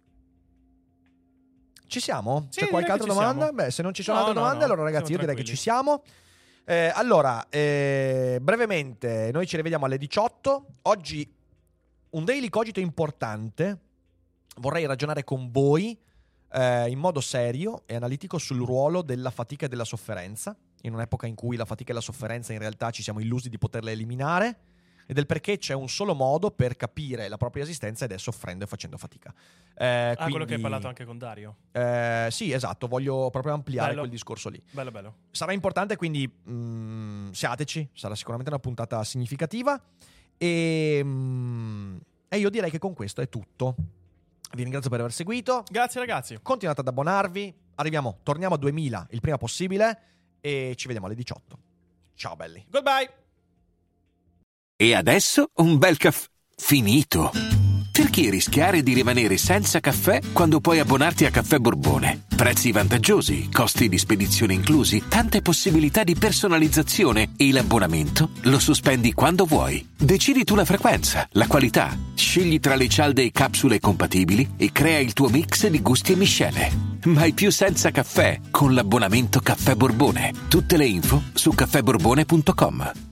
[SPEAKER 2] Ci siamo?
[SPEAKER 3] Sì,
[SPEAKER 2] C'è qualche
[SPEAKER 3] direi
[SPEAKER 2] altra
[SPEAKER 3] che ci
[SPEAKER 2] domanda?
[SPEAKER 3] siamo.
[SPEAKER 2] Beh, se non ci sono
[SPEAKER 3] No,
[SPEAKER 2] altre
[SPEAKER 3] no,
[SPEAKER 2] domande,
[SPEAKER 3] no,
[SPEAKER 2] allora ragazzi
[SPEAKER 3] siamo
[SPEAKER 2] io direi che
[SPEAKER 3] tranquilli.
[SPEAKER 2] ci siamo. Eh, allora, eh, brevemente, noi ci rivediamo alle diciotto. Oggi un daily cogito importante. Vorrei ragionare con voi eh, in modo serio e analitico sul ruolo della fatica e della sofferenza, in un'epoca in cui la fatica e la sofferenza in realtà ci siamo illusi di poterle eliminare, e del perché c'è un solo modo per capire la propria esistenza ed è soffrendo e facendo fatica. Eh,
[SPEAKER 3] Ah,
[SPEAKER 2] quindi,
[SPEAKER 3] quello che hai parlato anche con Dario.
[SPEAKER 2] eh, sì, esatto, voglio proprio ampliare
[SPEAKER 3] Bello.
[SPEAKER 2] quel discorso lì.
[SPEAKER 3] Bello, bello.
[SPEAKER 2] Sarà importante, quindi mm, siateci, sarà sicuramente una puntata significativa e, mm, e io direi che con questo è tutto. Vi ringrazio per aver seguito.
[SPEAKER 3] Grazie ragazzi.
[SPEAKER 2] Continuate ad abbonarvi. Arriviamo, torniamo a duemila il prima possibile e ci vediamo alle diciotto. Ciao belli.
[SPEAKER 3] Goodbye.
[SPEAKER 6] E adesso un bel caffè finito. Perché rischiare di rimanere senza caffè quando puoi abbonarti a Caffè Borbone? Prezzi vantaggiosi, costi di spedizione inclusi, tante possibilità di personalizzazione e l'abbonamento lo sospendi quando vuoi. Decidi tu la frequenza, la qualità, scegli tra le cialde e capsule compatibili e crea il tuo mix di gusti e miscele. Mai più senza caffè con l'abbonamento Caffè Borbone. Tutte le info su caffè borbone punto com.